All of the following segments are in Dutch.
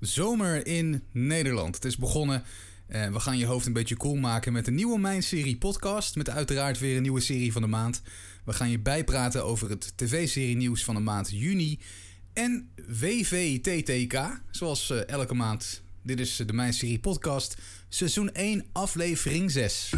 Zomer in Nederland. Het is begonnen. We gaan je hoofd een beetje cool maken met een nieuwe Mijn Serie podcast. Met uiteraard weer een nieuwe serie van de maand. We gaan je bijpraten over het tv-serie nieuws van de maand juni. En WVTTK, zoals elke maand. Dit is de Mijn Serie podcast, seizoen 1, aflevering 6.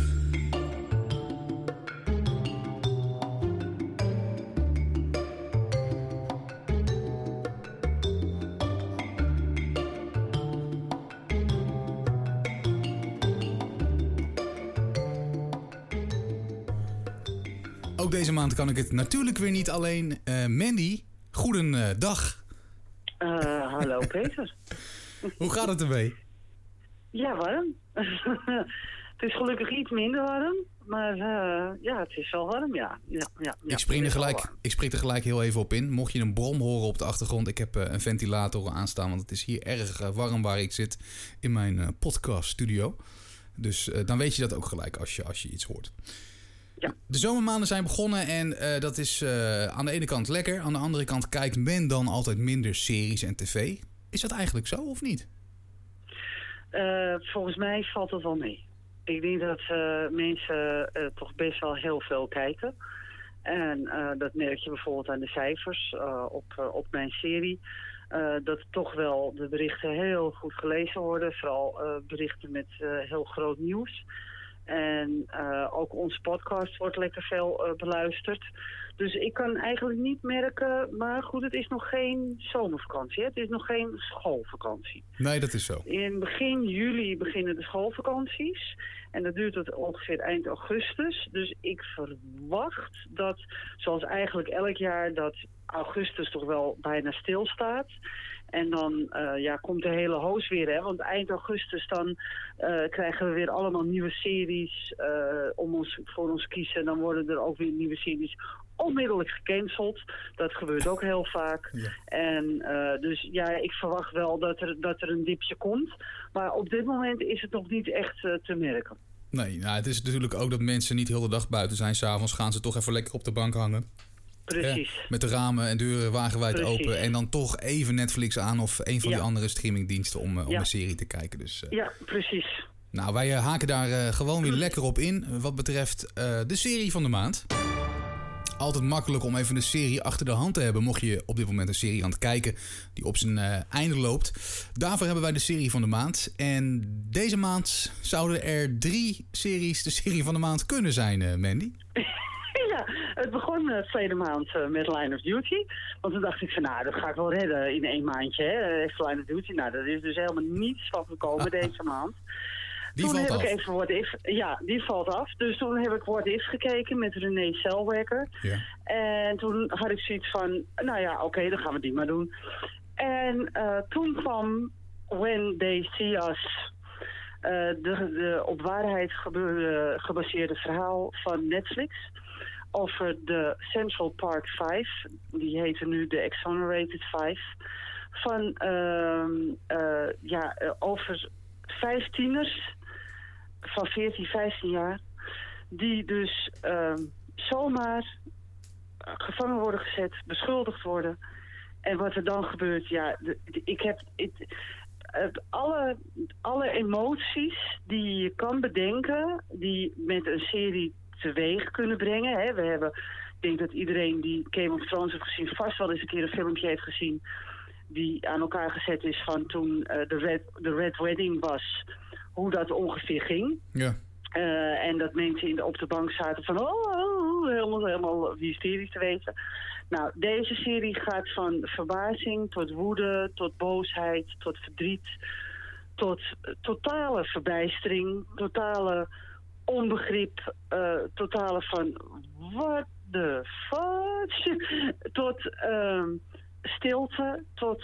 Ook deze maand kan ik het natuurlijk weer niet alleen. Mandy, goedendag. Hallo Peter. Hoe gaat het ermee? Ja, warm. Het is gelukkig iets minder warm. Maar ja, het is wel warm, ja. Ik spring er gelijk heel even op in. Mocht je een brom horen op de achtergrond, ik heb een ventilator aanstaan. Want het is hier erg warm waar ik zit in mijn podcaststudio. Dus dan weet je dat ook gelijk als je iets hoort. Ja. De zomermaanden zijn begonnen en dat is aan de ene kant lekker. Aan de andere kant kijkt men dan altijd minder series en tv. Is dat eigenlijk zo of niet? Volgens mij valt het wel mee. Ik denk dat mensen toch best wel heel veel kijken. En dat merk je bijvoorbeeld aan de cijfers op mijn serie. Dat toch wel de berichten heel goed gelezen worden. Vooral berichten met heel groot nieuws. En ook onze podcast wordt lekker veel beluisterd. Dus ik kan eigenlijk niet merken... Maar goed, het is nog geen zomervakantie. Hè? Het is nog geen schoolvakantie. Nee, dat is zo. In begin juli beginnen de schoolvakanties. En dat duurt tot ongeveer eind augustus. Dus ik verwacht dat, zoals eigenlijk elk jaar... dat augustus toch wel bijna stilstaat. En dan komt de hele hoos weer. Hè? Want eind augustus dan krijgen we weer allemaal nieuwe series voor ons kiezen. Dan worden er ook weer nieuwe series onmiddellijk gecanceld. Dat gebeurt ook heel vaak. Ja. En dus ja, ik verwacht wel dat er een dipje komt. Maar op dit moment is het nog niet echt te merken. Nee, nou, het is natuurlijk ook dat mensen niet heel de dag buiten zijn. 's Avonds gaan ze toch even lekker op de bank hangen. Precies. Met de ramen en deuren wagenwijd open. En dan toch even Netflix aan of een van die andere streamingdiensten om een serie te kijken. Dus, ja, precies. Nou, wij haken daar gewoon weer lekker op in. Wat betreft de serie van de maand. Altijd makkelijk om even een serie achter de hand te hebben. Mocht je op dit moment een serie aan het kijken die op zijn einde loopt. Daarvoor hebben wij de serie van de maand. En deze maand zouden er 3 series de serie van de maand kunnen zijn, Mandy. Ja, het begon tweede maand met Line of Duty. Want toen dacht ik van, nou, dat ga ik wel redden in 1 maandje. Hè? Line of Duty, nou, dat is dus helemaal niets van gekomen deze maand. Die valt af. Dus toen heb ik What If gekeken met René Zellweger. Ja. En toen had ik zoiets van, nou ja, oké, dan gaan we die maar doen. En toen kwam When They See Us... de op waarheid gebaseerde verhaal van Netflix over de Central Park 5, die heette nu de Exonerated 5, van over 5 tieners van 14, 15 jaar, die dus zomaar gevangen worden gezet, beschuldigd worden. En wat er dan gebeurt, ja, alle emoties die je kan bedenken, die met een serie teweeg kunnen brengen. Hè. Ik denk dat iedereen die Game of Thrones heeft gezien, vast wel eens een keer een filmpje heeft gezien die aan elkaar gezet is van toen de Red Wedding was, hoe dat ongeveer ging. Ja. En dat mensen op de bank zaten van helemaal hysterisch te wezen. Nou, deze serie gaat van verbazing tot woede, tot boosheid, tot verdriet, tot totale verbijstering, totale onbegrip, totale van what the fuck, tot stilte, tot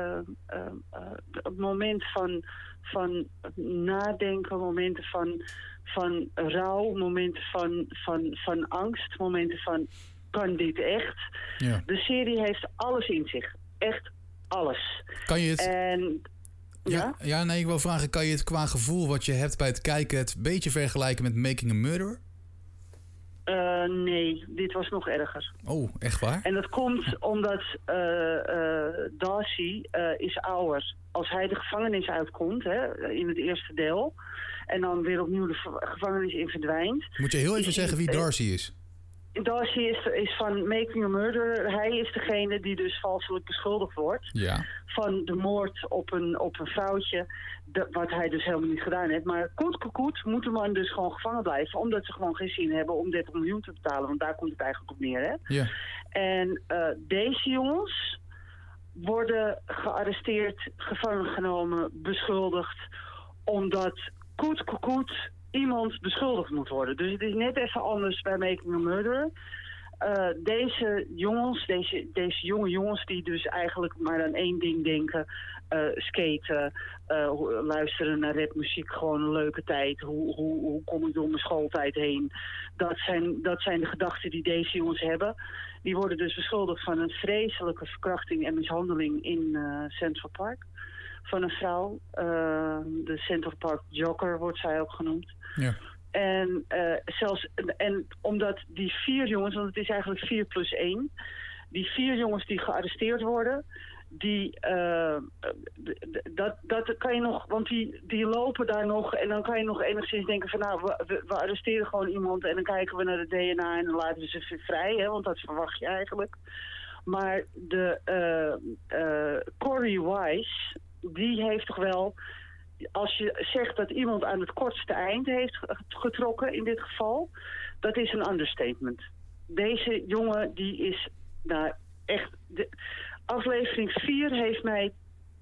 moment van nadenken, momenten van rouw, momenten van angst, momenten van kan dit echt? Ja. De serie heeft alles in zich. Echt alles. Kan je het... Ik wil vragen, kan je het qua gevoel wat je hebt bij het kijken het beetje vergelijken met Making a Murderer? Nee, dit was nog erger. Oh, echt waar? En dat komt omdat Darcy is ouder. Als hij de gevangenis uitkomt, hè, in het eerste deel... en dan weer opnieuw de gevangenis in verdwijnt... Moet je heel even zeggen wie Darcy is? Darcy is van Making a Murderer. Hij is degene die dus valselijk beschuldigd wordt... Ja. van de moord op een vrouwtje... wat hij dus helemaal niet gedaan heeft. Maar koet moet de man dus gewoon gevangen blijven... omdat ze gewoon geen zin hebben om 30 miljoen te betalen. Want daar komt het eigenlijk op neer, hè? Ja. En deze jongens worden gearresteerd, gevangen genomen, beschuldigd... omdat koet iemand beschuldigd moet worden. Dus het is net even anders bij Making a Murderer. Deze jongens, deze jonge jongens die dus eigenlijk maar aan één ding denken... skaten, luisteren naar rapmuziek, gewoon een leuke tijd. Hoe kom ik door mijn schooltijd heen? Dat zijn de gedachten die deze jongens hebben. Die worden dus beschuldigd van een vreselijke verkrachting en mishandeling in Central Park. Van een vrouw. De Central Park Jogger wordt zij ook genoemd. Ja. En omdat die 4 jongens, want het is eigenlijk 4 plus 1... die 4 jongens die gearresteerd worden... dat kan je nog, want die lopen daar nog... en dan kan je nog enigszins denken van... nou, we arresteren gewoon iemand... en dan kijken we naar de DNA en dan laten we ze weer vrij... Hè, want dat verwacht je eigenlijk. Maar de Corey Wise... die heeft toch wel... als je zegt dat iemand aan het kortste eind heeft getrokken in dit geval... dat is een understatement. Deze jongen die is... nou echt... aflevering 4 heeft mij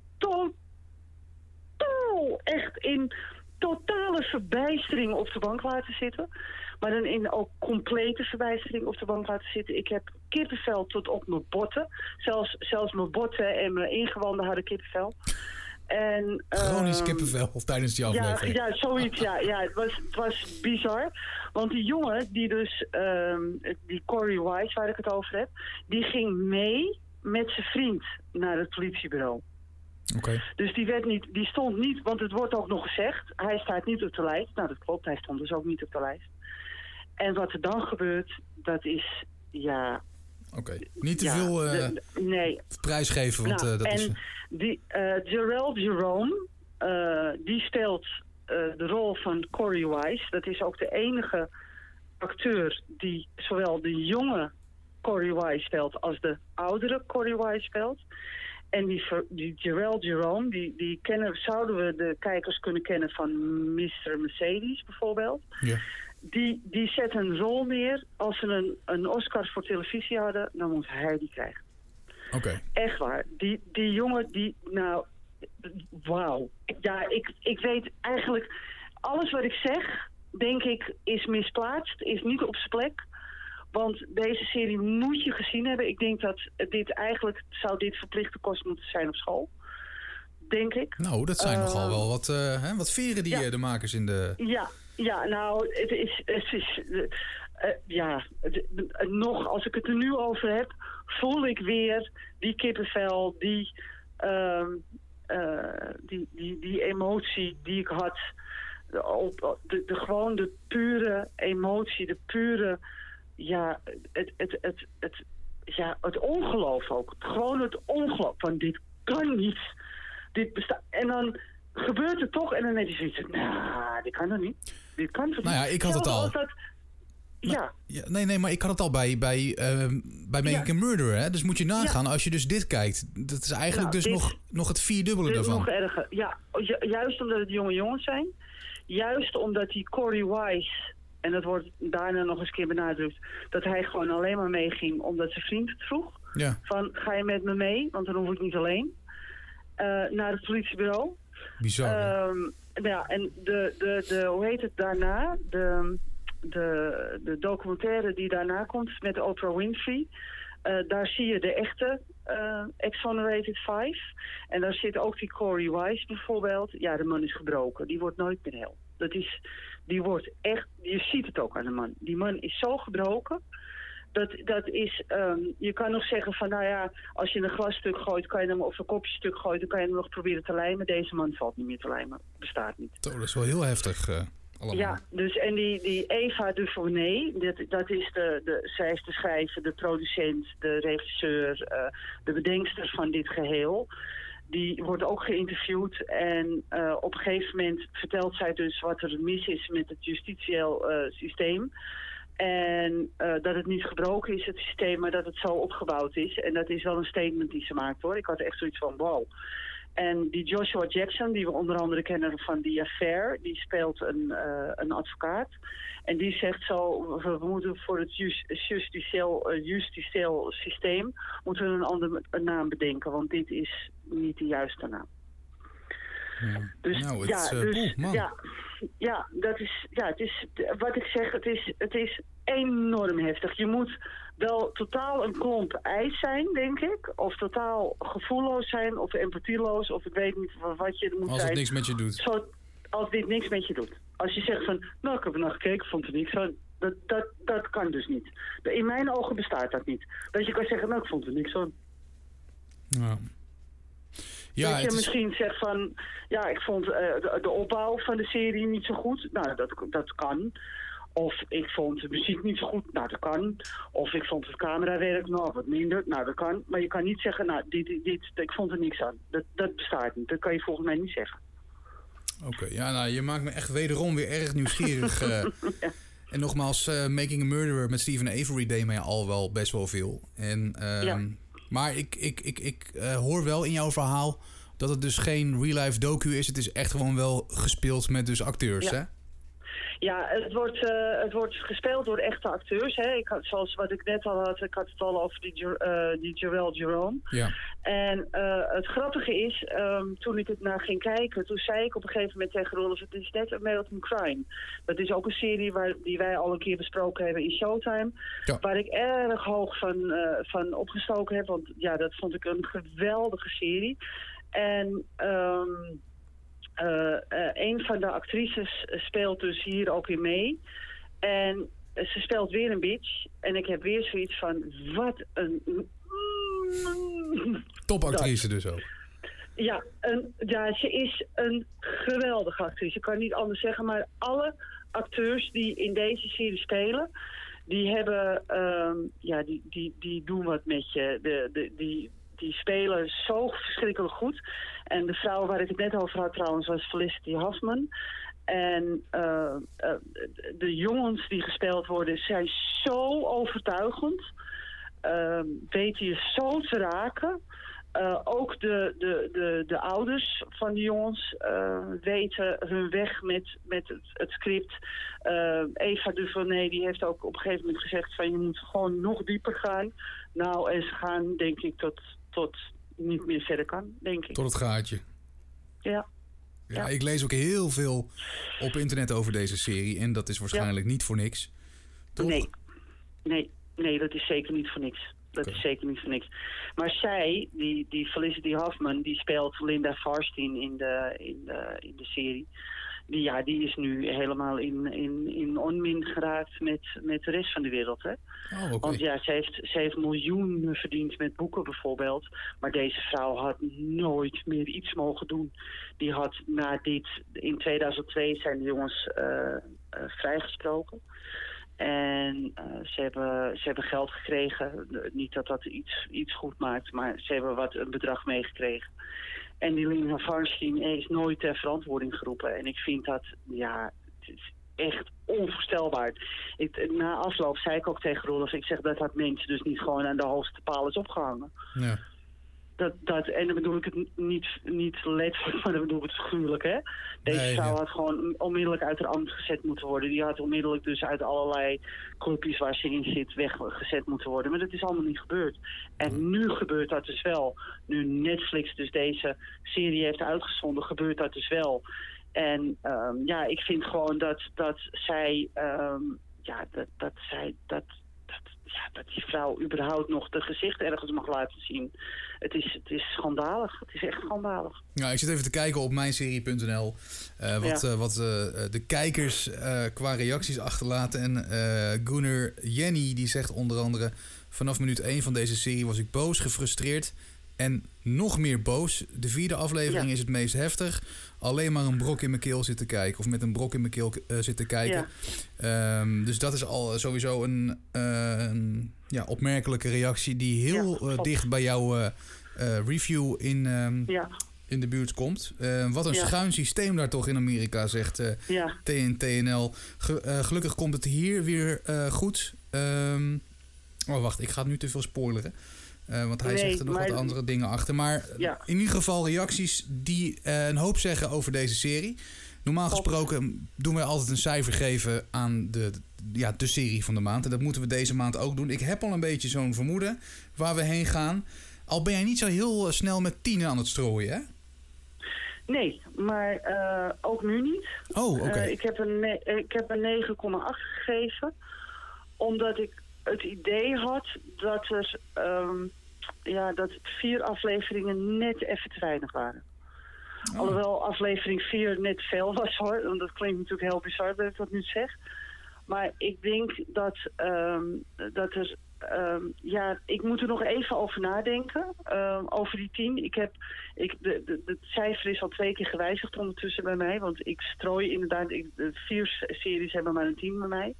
echt in totale verbijstering op de bank laten zitten. Maar dan in ook complete verbijstering op de bank laten zitten. Ik heb kippenvel tot op mijn botten. Zelfs mijn botten en mijn ingewanden hadden kippenvel. En, chronisch kippenvel tijdens die aflevering. Ja, zoiets. Ja, het was bizar. Want die jongen, die dus, die Corey Wise waar ik het over heb, die ging mee met zijn vriend naar het politiebureau. Okay. Dus die stond niet, want het wordt ook nog gezegd, hij staat niet op de lijst. Nou, dat klopt, hij stond dus ook niet op de lijst. En wat er dan gebeurt, dat is, ja... Oké, niet te veel nee. prijsgeven, want dat en is... Die Jarrell Jerome, die speelt de rol van Corey Wise. Dat is ook de enige acteur die zowel de jonge Corey Wise speelt als de oudere Corey Wise speelt. En die Jarrell Jerome, die zouden we de kijkers kunnen kennen van Mr. Mercedes bijvoorbeeld. Ja. Die zet een rol neer. Als ze een Oscar voor televisie hadden, dan moet hij die krijgen. Okay. Echt waar. Die jongen, wauw. Ja, ik weet eigenlijk... alles wat ik zeg, denk ik, is misplaatst. Is niet op zijn plek. Want deze serie moet je gezien hebben. Ik denk dat zou dit verplichte kost moeten zijn op school. Denk ik. Nou, dat zijn nogal wel wat veren die de makers in de... Ja, nou, het is nog, als ik het er nu over heb, voel ik weer die kippenvel, die emotie die ik had. Gewoon de pure emotie, de pure, het ongeloof ook. Gewoon het ongeloof van dit kan niet. Dit bestaat. En dan gebeurt het toch en dan heb je zoiets van, dit kan er niet. Dit kan toch niet. Nou ja, ik had het al. Nee, maar ik had het al bij Making a Murderer. Hè? Dus moet je nagaan, als je dus dit kijkt. Dat is eigenlijk nog het vierdubbele daarvan. Nog erger. Ja, juist omdat het jonge jongens zijn. Juist omdat die Corey Wise, en dat wordt daarna nog eens keer benadrukt, dat hij gewoon alleen maar meeging omdat zijn vriend het vroeg. Ja. Van, ga je met me mee? Want dan hoef ik niet alleen. Naar het politiebureau. Bizar. En de hoe heet het daarna? De documentaire die daarna komt met Oprah Winfrey. Daar zie je de echte Exonerated 5. En daar zit ook die Corey Wise bijvoorbeeld. Ja, de man is gebroken. Die wordt nooit meer heel. Die wordt echt, je ziet het ook aan de man. Die man is zo gebroken. Dat is, je kan nog zeggen van, nou ja, als je een glasstuk gooit, kan je hem, of een kopjestuk gooit, dan kan je hem nog proberen te lijmen. Deze man valt niet meer te lijmen. Bestaat niet. Dat is wel heel heftig. allemaal. Ja, dus en die Eva DuVernay, dat is zij is de schrijver, de producent, de regisseur, de bedenkster van dit geheel. Die wordt ook geïnterviewd en op een gegeven moment vertelt zij dus wat er mis is met het justitieel systeem. En dat het niet gebroken is, het systeem, maar dat het zo opgebouwd is. En dat is wel een statement die ze maakt, hoor. Ik had echt zoiets van, wow. En die Joshua Jackson, die we onder andere kennen van The Affair, die speelt een advocaat. En die zegt zo, we moeten voor het justitieel systeem moeten we een andere naam bedenken, want dit is niet de juiste naam. Ja. Dus nou, dat is, het is wat ik zeg, het is enorm heftig. Je moet wel totaal een klomp ijs zijn, denk ik. Of totaal gevoelloos zijn, of empathieloos, of ik weet niet wat je moet zijn. Als het niks met je doet. Als dit niks met je doet. Als je zegt van, nou, ik heb er naar gekeken, vond er niks van. Dat kan dus niet. In mijn ogen bestaat dat niet. Dat je kan zeggen, nou, ik vond er niks van. Ja. Ja, dat je misschien zegt van, ja, ik vond de opbouw van de serie niet zo goed. Nou, dat kan. Of ik vond de muziek niet zo goed. Nou, dat kan. Of ik vond het camerawerk wat minder. Nou, dat kan. Maar je kan niet zeggen, nou, ik vond er niks aan. Dat bestaat niet. Dat kan je volgens mij niet zeggen. Oké, ja, nou, je maakt me echt wederom weer erg nieuwsgierig. Ja. En nogmaals, Making a Murderer met Stephen Avery deed mij al wel best wel veel. En, maar ik hoor wel in jouw verhaal dat het dus geen real-life docu is. Het is echt gewoon wel gespeeld met dus acteurs, hè? Ja, het wordt gespeeld door echte acteurs. Hè. Zoals wat ik net al had, ik had het al over die Joël Jerome. Ja. En het grappige is, toen ik het naar ging kijken, toen zei ik op een gegeven moment tegen Rolf, het is net American Crime. Dat is ook een serie die wij al een keer besproken hebben in Showtime. Ja. Waar ik erg hoog van opgestoken heb, want ja, dat vond ik een geweldige serie. En een van de actrices speelt dus hier ook in mee. En ze speelt weer een bitch. En ik heb weer zoiets van, wat een... Topactrice dus ook. Ja, ze is een geweldige actrice. Ik kan niet anders zeggen, maar alle acteurs die in deze serie spelen, die hebben, die doen wat met je. Die spelen zo verschrikkelijk goed. En de vrouw waar ik het net over had trouwens was Felicity Huffman. En de jongens die gespeeld worden zijn zo overtuigend. Weten je zo te raken. Ook de ouders van de jongens weten hun weg met het script. Eva DuVernay die heeft ook op een gegeven moment gezegd van je moet gewoon nog dieper gaan. Nou, en ze gaan denk ik tot niet meer verder kan, denk ik. Tot het gaatje. Ja. Ja, ik lees ook heel veel op internet over deze serie en dat is waarschijnlijk niet voor niks. Toch? Nee, dat is zeker niet voor niks. Dat is zeker niet voor niks. Maar zij, die Felicity Huffman, die speelt Linda Farstein in de serie. Die is nu helemaal in onmin geraakt met de rest van de wereld. Hè? Oh, okay. Want ja, ze heeft miljoenen verdiend met boeken bijvoorbeeld. Maar deze vrouw had nooit meer iets mogen doen. Die had na dit... In 2002 zijn de jongens vrijgesproken. En ze hebben geld gekregen. Niet dat dat iets goed maakt, maar ze hebben een bedrag meegekregen. En die Linda Farstein is nooit ter verantwoording geroepen. En ik vind dat, het is echt onvoorstelbaar. Na afloop zei ik ook tegen Rolf, ik zeg dat mensen dus niet gewoon aan de hoogste paal is opgehangen. Ja. En dan bedoel ik het niet letterlijk, maar dan bedoel ik het figuurlijk, hè. Deze vrouw had gewoon onmiddellijk uit haar ambt gezet moeten worden. Die had onmiddellijk dus uit allerlei clubjes waar ze in zit weggezet moeten worden. Maar dat is allemaal niet gebeurd. En nu gebeurt dat dus wel. Nu Netflix dus deze serie heeft uitgezonden, gebeurt dat dus wel. En ik vind gewoon dat zij... dat die vrouw überhaupt nog de gezicht ergens mag laten zien. Het is schandalig. Het is echt schandalig. Ja, ik zit even te kijken op mijnserie.nl wat de kijkers qua reacties achterlaten. En Gunnar Jenny die zegt onder andere: vanaf minuut 1 van deze serie was ik boos, gefrustreerd en nog meer boos. De 4e aflevering is het meest heftig. Alleen maar een brok in mijn keel zitten kijken. Of met een brok in mijn keel zitten kijken. Ja. Dus dat is al sowieso een opmerkelijke reactie die heel dicht bij jouw review in de buurt komt. Wat een schuin systeem daar toch in Amerika, zegt TNT-NL. Gelukkig komt het hier weer goed. Wacht, ik ga nu te veel spoileren. Want hij zegt er nog wat andere dingen achter. Maar in ieder geval reacties die een hoop zeggen over deze serie. Normaal gesproken doen wij altijd een cijfer geven aan de serie van de maand. En dat moeten we deze maand ook doen. Ik heb al een beetje zo'n vermoeden waar we heen gaan. Al ben jij niet zo heel snel met 10 aan het strooien, hè? Nee, maar ook nu niet. Oh, oké. Ik heb een 9,8 gegeven. Omdat ik het idee had dat er dat 4 afleveringen net even te weinig waren. Oh. Alhoewel aflevering 4 net veel was, hoor. Want dat klinkt natuurlijk heel bizar dat ik dat nu zeg. Maar ik denk dat er... ik moet er nog even over nadenken. Over die 10. Het cijfer is al 2 keer gewijzigd ondertussen bij mij. Want ik strooi inderdaad... 4 series hebben maar een 10 bij mij.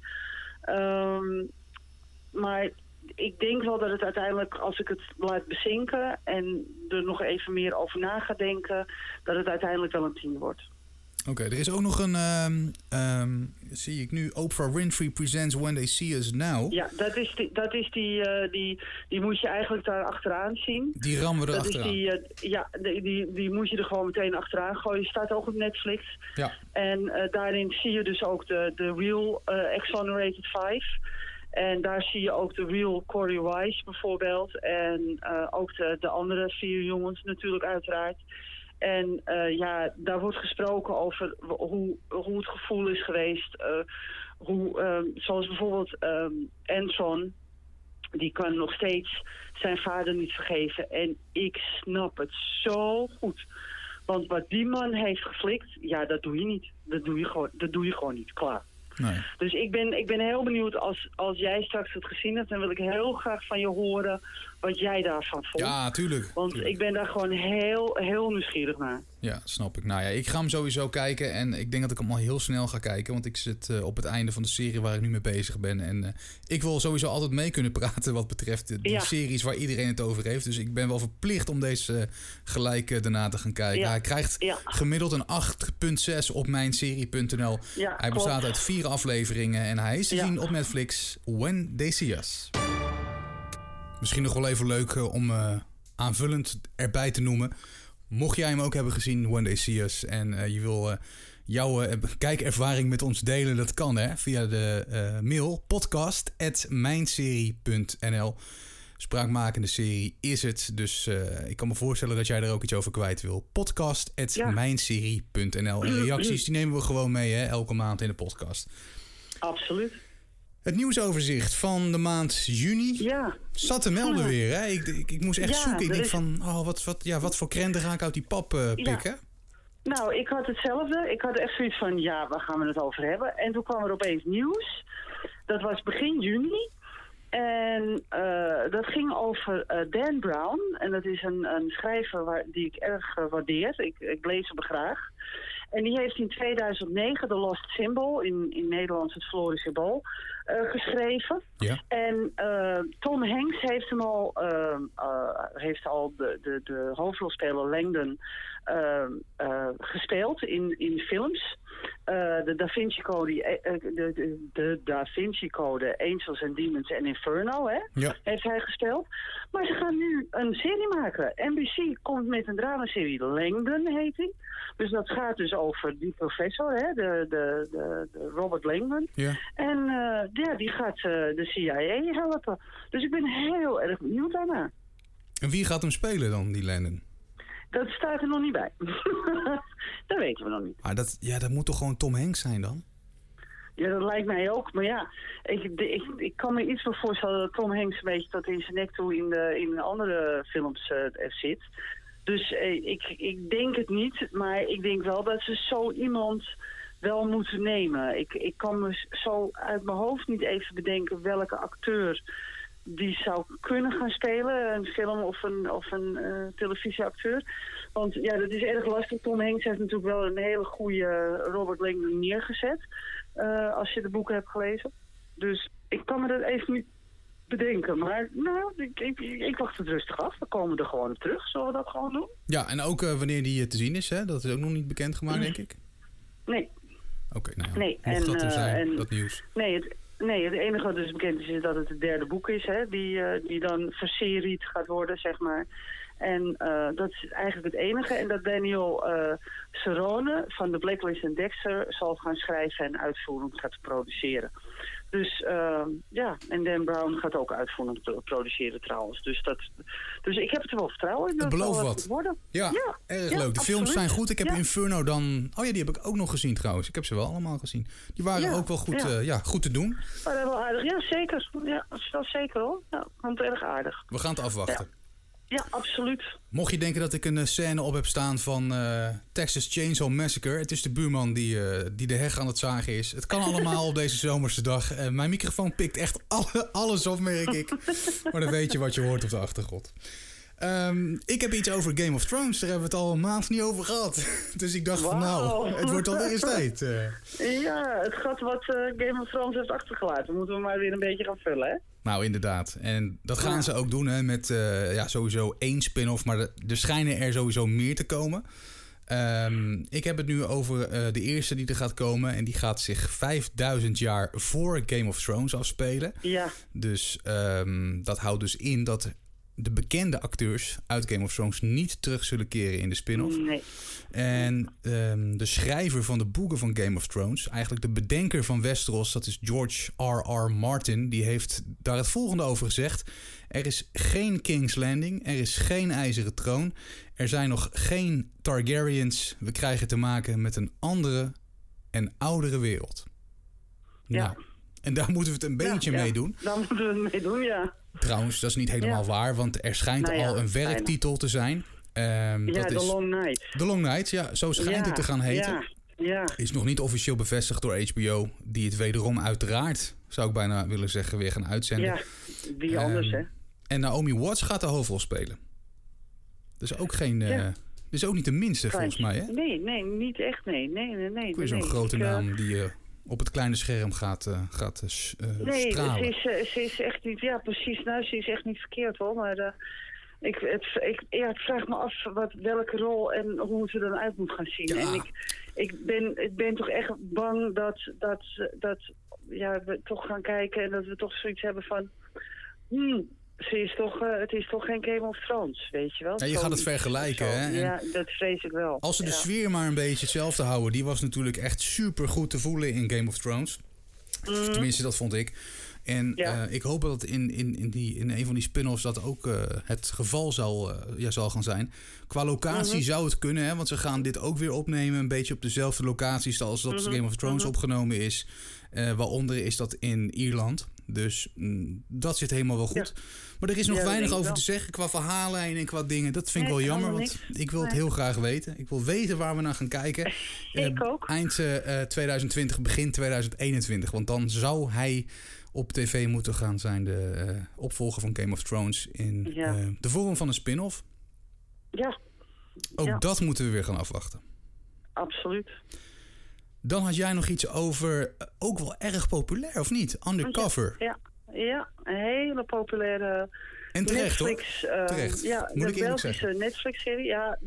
Maar ik denk wel dat het uiteindelijk, als ik het laat bezinken en er nog even meer over na ga denken, dat het uiteindelijk wel een 10 wordt. Oké, er is ook nog een, zie ik nu, Oprah Winfrey Presents When They See Us Now. Ja, dat is die moet je eigenlijk daar achteraan zien. Die rammen we er achteraan. Die moet je er gewoon meteen achteraan gooien. Die staat ook op Netflix. Ja. En daarin zie je dus ook de Real Exonerated 5. En daar zie je ook de Real Corey Wise bijvoorbeeld. En ook de andere 4 jongens natuurlijk uiteraard. En daar wordt gesproken over hoe het gevoel is geweest. Zoals bijvoorbeeld Anton, die kan nog steeds zijn vader niet vergeven. En ik snap het zo goed. Want wat die man heeft geflikt, dat doe je niet. Dat doe je gewoon niet, klaar. Nee. Dus ik ben heel benieuwd als jij straks het gezien hebt, dan wil ik heel graag van je horen wat jij daarvan vond. Ja, tuurlijk. Want ik ben daar gewoon heel, heel nieuwsgierig naar. Ja, snap ik. Nou ja, ik ga hem sowieso kijken en ik denk dat ik hem al heel snel ga kijken, want ik zit op het einde van de serie waar ik nu mee bezig ben. En ik wil sowieso altijd mee kunnen praten wat betreft die series waar iedereen het over heeft. Dus ik ben wel verplicht om deze gelijk daarna te gaan kijken. Ja. Hij krijgt gemiddeld een 8,6 op mijnserie.nl. Ja, hij bestaat uit 4 afleveringen en hij is te zien op Netflix. When They See Us. Misschien nog wel even leuk om aanvullend erbij te noemen. Mocht jij hem ook hebben gezien, When They See Us, en je wil jouw kijkervaring met ons delen, dat kan hè, via de mail podcast@mijnserie.nl. Spraakmakende serie is het, dus ik kan me voorstellen dat jij er ook iets over kwijt wil. podcast@mijnserie.nl. En reacties die nemen we gewoon mee hè, elke maand in de podcast. Absoluut. Het nieuwsoverzicht van de maand juni zat te melden weer. Hè? Ik moest echt zoeken. Ik denk van, wat voor krenten ga ik uit die pap pikken? Nou, ik had hetzelfde. Ik had echt zoiets van, waar gaan we het over hebben? En toen kwam er opeens nieuws. Dat was begin juni. En dat ging over Dan Brown. En dat is een schrijver die ik erg waardeer. Ik lees hem graag. En die heeft in 2009 The Lost Symbol, in Nederlands het verloren symbool, geschreven. Ja. En Tom Hanks heeft hem al de hoofdrolspeler Langdon gespeeld in films. De Da Vinci Code, de Da Vinci Code, Angels and Demons en Inferno, heeft hij gespeeld. Maar ze gaan nu een serie maken. NBC komt met een dramaserie, Langdon heet hij. Dus dat gaat dus over die professor, hè, de Robert Langdon. Ja. En die gaat de CIA helpen. Dus ik ben heel erg benieuwd daarna. En wie gaat hem spelen dan, die Langdon? Dat staat er nog niet bij. Dat weten we nog niet. Maar dat moet toch gewoon Tom Hanks zijn dan? Ja, dat lijkt mij ook. Maar ja, ik kan me iets meer voorstellen dat Tom Hanks een beetje tot in zijn nek toe in andere films zit. Dus ik denk het niet, maar ik denk wel dat ze zo iemand wel moeten nemen. Ik kan me zo uit mijn hoofd niet even bedenken welke acteur die zou kunnen gaan spelen. Een film of een televisieacteur. Want ja, dat is erg lastig. Tom Hanks heeft natuurlijk wel een hele goede Robert Langdon neergezet. Als je de boeken hebt gelezen. Dus ik kan me dat even niet bedenken. Maar nou, ik wacht het rustig af. We komen er gewoon op terug. Zullen we dat gewoon doen? Ja, en ook wanneer die te zien is, hè? Dat is ook nog niet bekendgemaakt, denk ik. Nee. Oké, nou ja. Nee. Mocht dat er zijn, dat nieuws. Nee, het enige wat dus bekend is dat het derde boek is, hè, die dan verseried gaat worden, zeg maar. En dat is eigenlijk het enige. En dat Daniel Cerrone van The Blacklist en Dexter zal gaan schrijven en uitvoerend gaat produceren. Dus en Dan Brown gaat ook uitvoerend produceren trouwens. Dus ik heb er wel vertrouwen in. Dat belooft wat. Worden. Ja, erg leuk. De films zijn goed. Ik heb Inferno dan... Oh ja, die heb ik ook nog gezien trouwens. Ik heb ze wel allemaal gezien. Die waren ook wel goed, goed te doen. Maar dat wel aardig. Ja, zeker. Ja, dat is wel zeker hoor. Ja, vond het erg aardig. We gaan het afwachten. Ja, absoluut. Mocht je denken dat ik een scène op heb staan van Texas Chainsaw Massacre... het is de buurman die de heg aan het zagen is. Het kan allemaal op deze zomerse dag. Mijn microfoon pikt echt alles op, merk ik. Maar dan weet je wat je hoort op de achtergrond. Ik heb iets over Game of Thrones. Daar hebben we het al een maand niet over gehad. Dus ik dacht van nou, het wordt alweer eens tijd. Ja, het gat wat Game of Thrones heeft achtergelaten. Moeten we maar weer een beetje gaan vullen, hè? Nou, inderdaad. En dat gaan ze ook doen hè, met sowieso 1 spin-off. Maar er schijnen er sowieso meer te komen. Ik heb het nu over de eerste die er gaat komen. En die gaat zich 5000 jaar voor Game of Thrones afspelen. Ja. Dus dat houdt dus in dat de bekende acteurs uit Game of Thrones niet terug zullen keren in de spin-off. Nee. En de schrijver van de boeken van Game of Thrones, eigenlijk de bedenker van Westeros, dat is George R.R. Martin, die heeft daar het volgende over gezegd. Er is geen King's Landing, er is geen ijzeren troon, er zijn nog geen Targaryens. We krijgen te maken met een andere en oudere wereld. Ja. Nou, en daar moeten we het een beetje mee doen. Daar moeten we het mee doen, ja. Trouwens, dat is niet helemaal waar, want er schijnt al een werktitel te zijn. Dat is The Long Night. The Long Night, ja, zo schijnt het te gaan heten. Ja. Is nog niet officieel bevestigd door HBO, die het wederom uiteraard, zou ik bijna willen zeggen, weer gaan uitzenden. Ja, wie anders, hè? En Naomi Watts gaat de hoofdrol spelen. Dus ook geen... Dus ook niet de minste, volgens mij, hè? Nee, niet echt, nee. Weer zo'n grote naam die op het kleine scherm gaat stralen. Nee, ze is echt niet... Ja, precies. Nou, ze is echt niet verkeerd, hoor. Maar ik vraag me af welke rol en hoe ze er dan uit moet gaan zien. Ja. En ik ben toch echt bang dat we toch gaan kijken en dat we toch zoiets hebben van... het is toch geen Game of Thrones, weet je wel? Ja, je gaat het vergelijken, hè? Ja, dat vrees ik wel. Als ze de sfeer maar een beetje hetzelfde houden... die was natuurlijk echt super goed te voelen in Game of Thrones. Tenminste, dat vond ik. En ik hoop dat in een van die spin-offs dat ook het geval zal gaan zijn. Qua locatie zou het kunnen, hè? Want ze gaan dit ook weer opnemen... een beetje op dezelfde locaties als dat Game of Thrones opgenomen is. Waaronder is dat in Ierland. Dus dat zit helemaal wel goed. Ja. Maar er is nog weinig over te zeggen qua verhaallijn en qua dingen. Dat vind ik wel jammer, want ik wil het heel graag weten. Ik wil weten waar we naar gaan kijken. Ik ook. Eind 2020, begin 2021. Want dan zou hij op tv moeten gaan zijn, de opvolger van Game of Thrones... in de vorm van een spin-off. Ja. Ook dat moeten we weer gaan afwachten. Absoluut. Dan had jij nog iets over, ook wel erg populair, of niet? Undercover. Ja, een hele populaire en terecht, Netflix... hoor. Terecht. Ja, moet de Belgische Netflix-serie. Ja,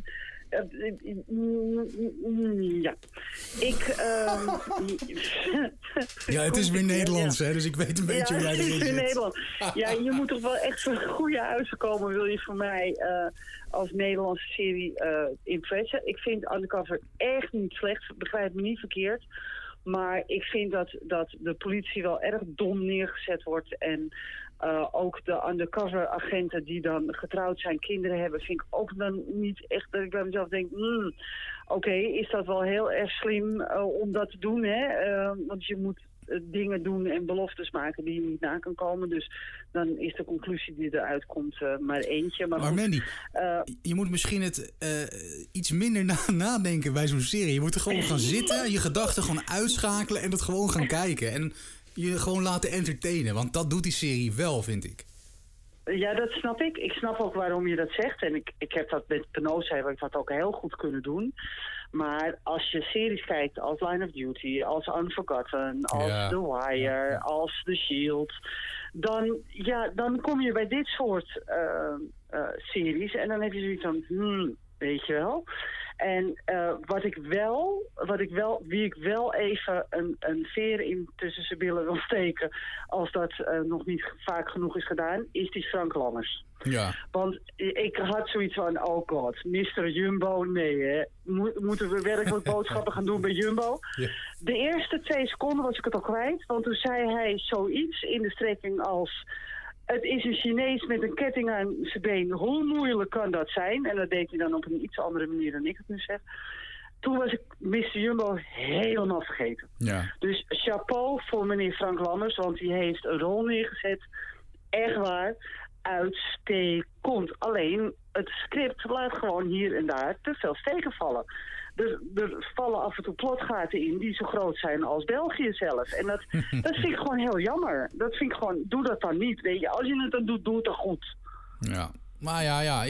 ja, het is weer Nederlands, hè? Dus ik weet een beetje hoe jij erin zit. Ja, het is weer Nederlands. Ja, je moet toch wel echt voor goede huizen komen... wil je voor mij als Nederlandse serie impressen. Ik vind Undercover echt niet slecht. Begrijp me niet verkeerd. Maar ik vind dat de politie wel erg dom neergezet wordt... en ook de undercover agenten die dan getrouwd zijn, kinderen hebben... vind ik ook dan niet echt dat ik bij mezelf denk... Oké, is dat wel heel erg slim om dat te doen, hè? Want je moet dingen doen en beloftes maken die je niet na kan komen. Dus dan is de conclusie die eruit komt maar eentje. Maar Mandy, je moet misschien het iets minder nadenken bij zo'n serie. Je moet er gewoon gaan zitten, je gedachten gewoon uitschakelen en dat gewoon gaan kijken. En je gewoon laten entertainen, want dat doet die serie wel, vind ik. Ja, dat snap ik. Ik snap ook waarom je dat zegt. En ik heb dat met Penosa, heb ik dat ook heel goed kunnen doen. Maar als je series kijkt als Line of Duty, als Unforgotten, als The Wire, als The Shield, dan kom je bij dit soort series en dan heb je zoiets van, weet je wel. En wie ik wel even een veer in tussen zijn billen wil steken, als dat nog niet vaak genoeg is gedaan, is die Frank Lammers. Ja. Want ik had zoiets van, oh god, Mr. Jumbo, nee hè. Moeten we werkelijk boodschappen gaan doen bij Jumbo? Ja. De eerste 2 seconden was ik het al kwijt, want toen zei hij zoiets in de strekking als, het is een Chinees met een ketting aan zijn been, hoe moeilijk kan dat zijn? En dat deed hij dan op een iets andere manier dan ik het nu zeg. Toen was ik Mr. Jumbo helemaal vergeten. Ja. Dus chapeau voor meneer Frank Lammers, want die heeft een rol neergezet. Echt waar, uitstekend. Alleen, het script laat gewoon hier en daar te veel steken vallen. Er vallen af en toe plotgaten in die zo groot zijn als België zelf. En dat vind ik gewoon heel jammer. Dat vind ik gewoon, doe dat dan niet. Weet je, als je het dan doet, doe het dan goed. Ja, maar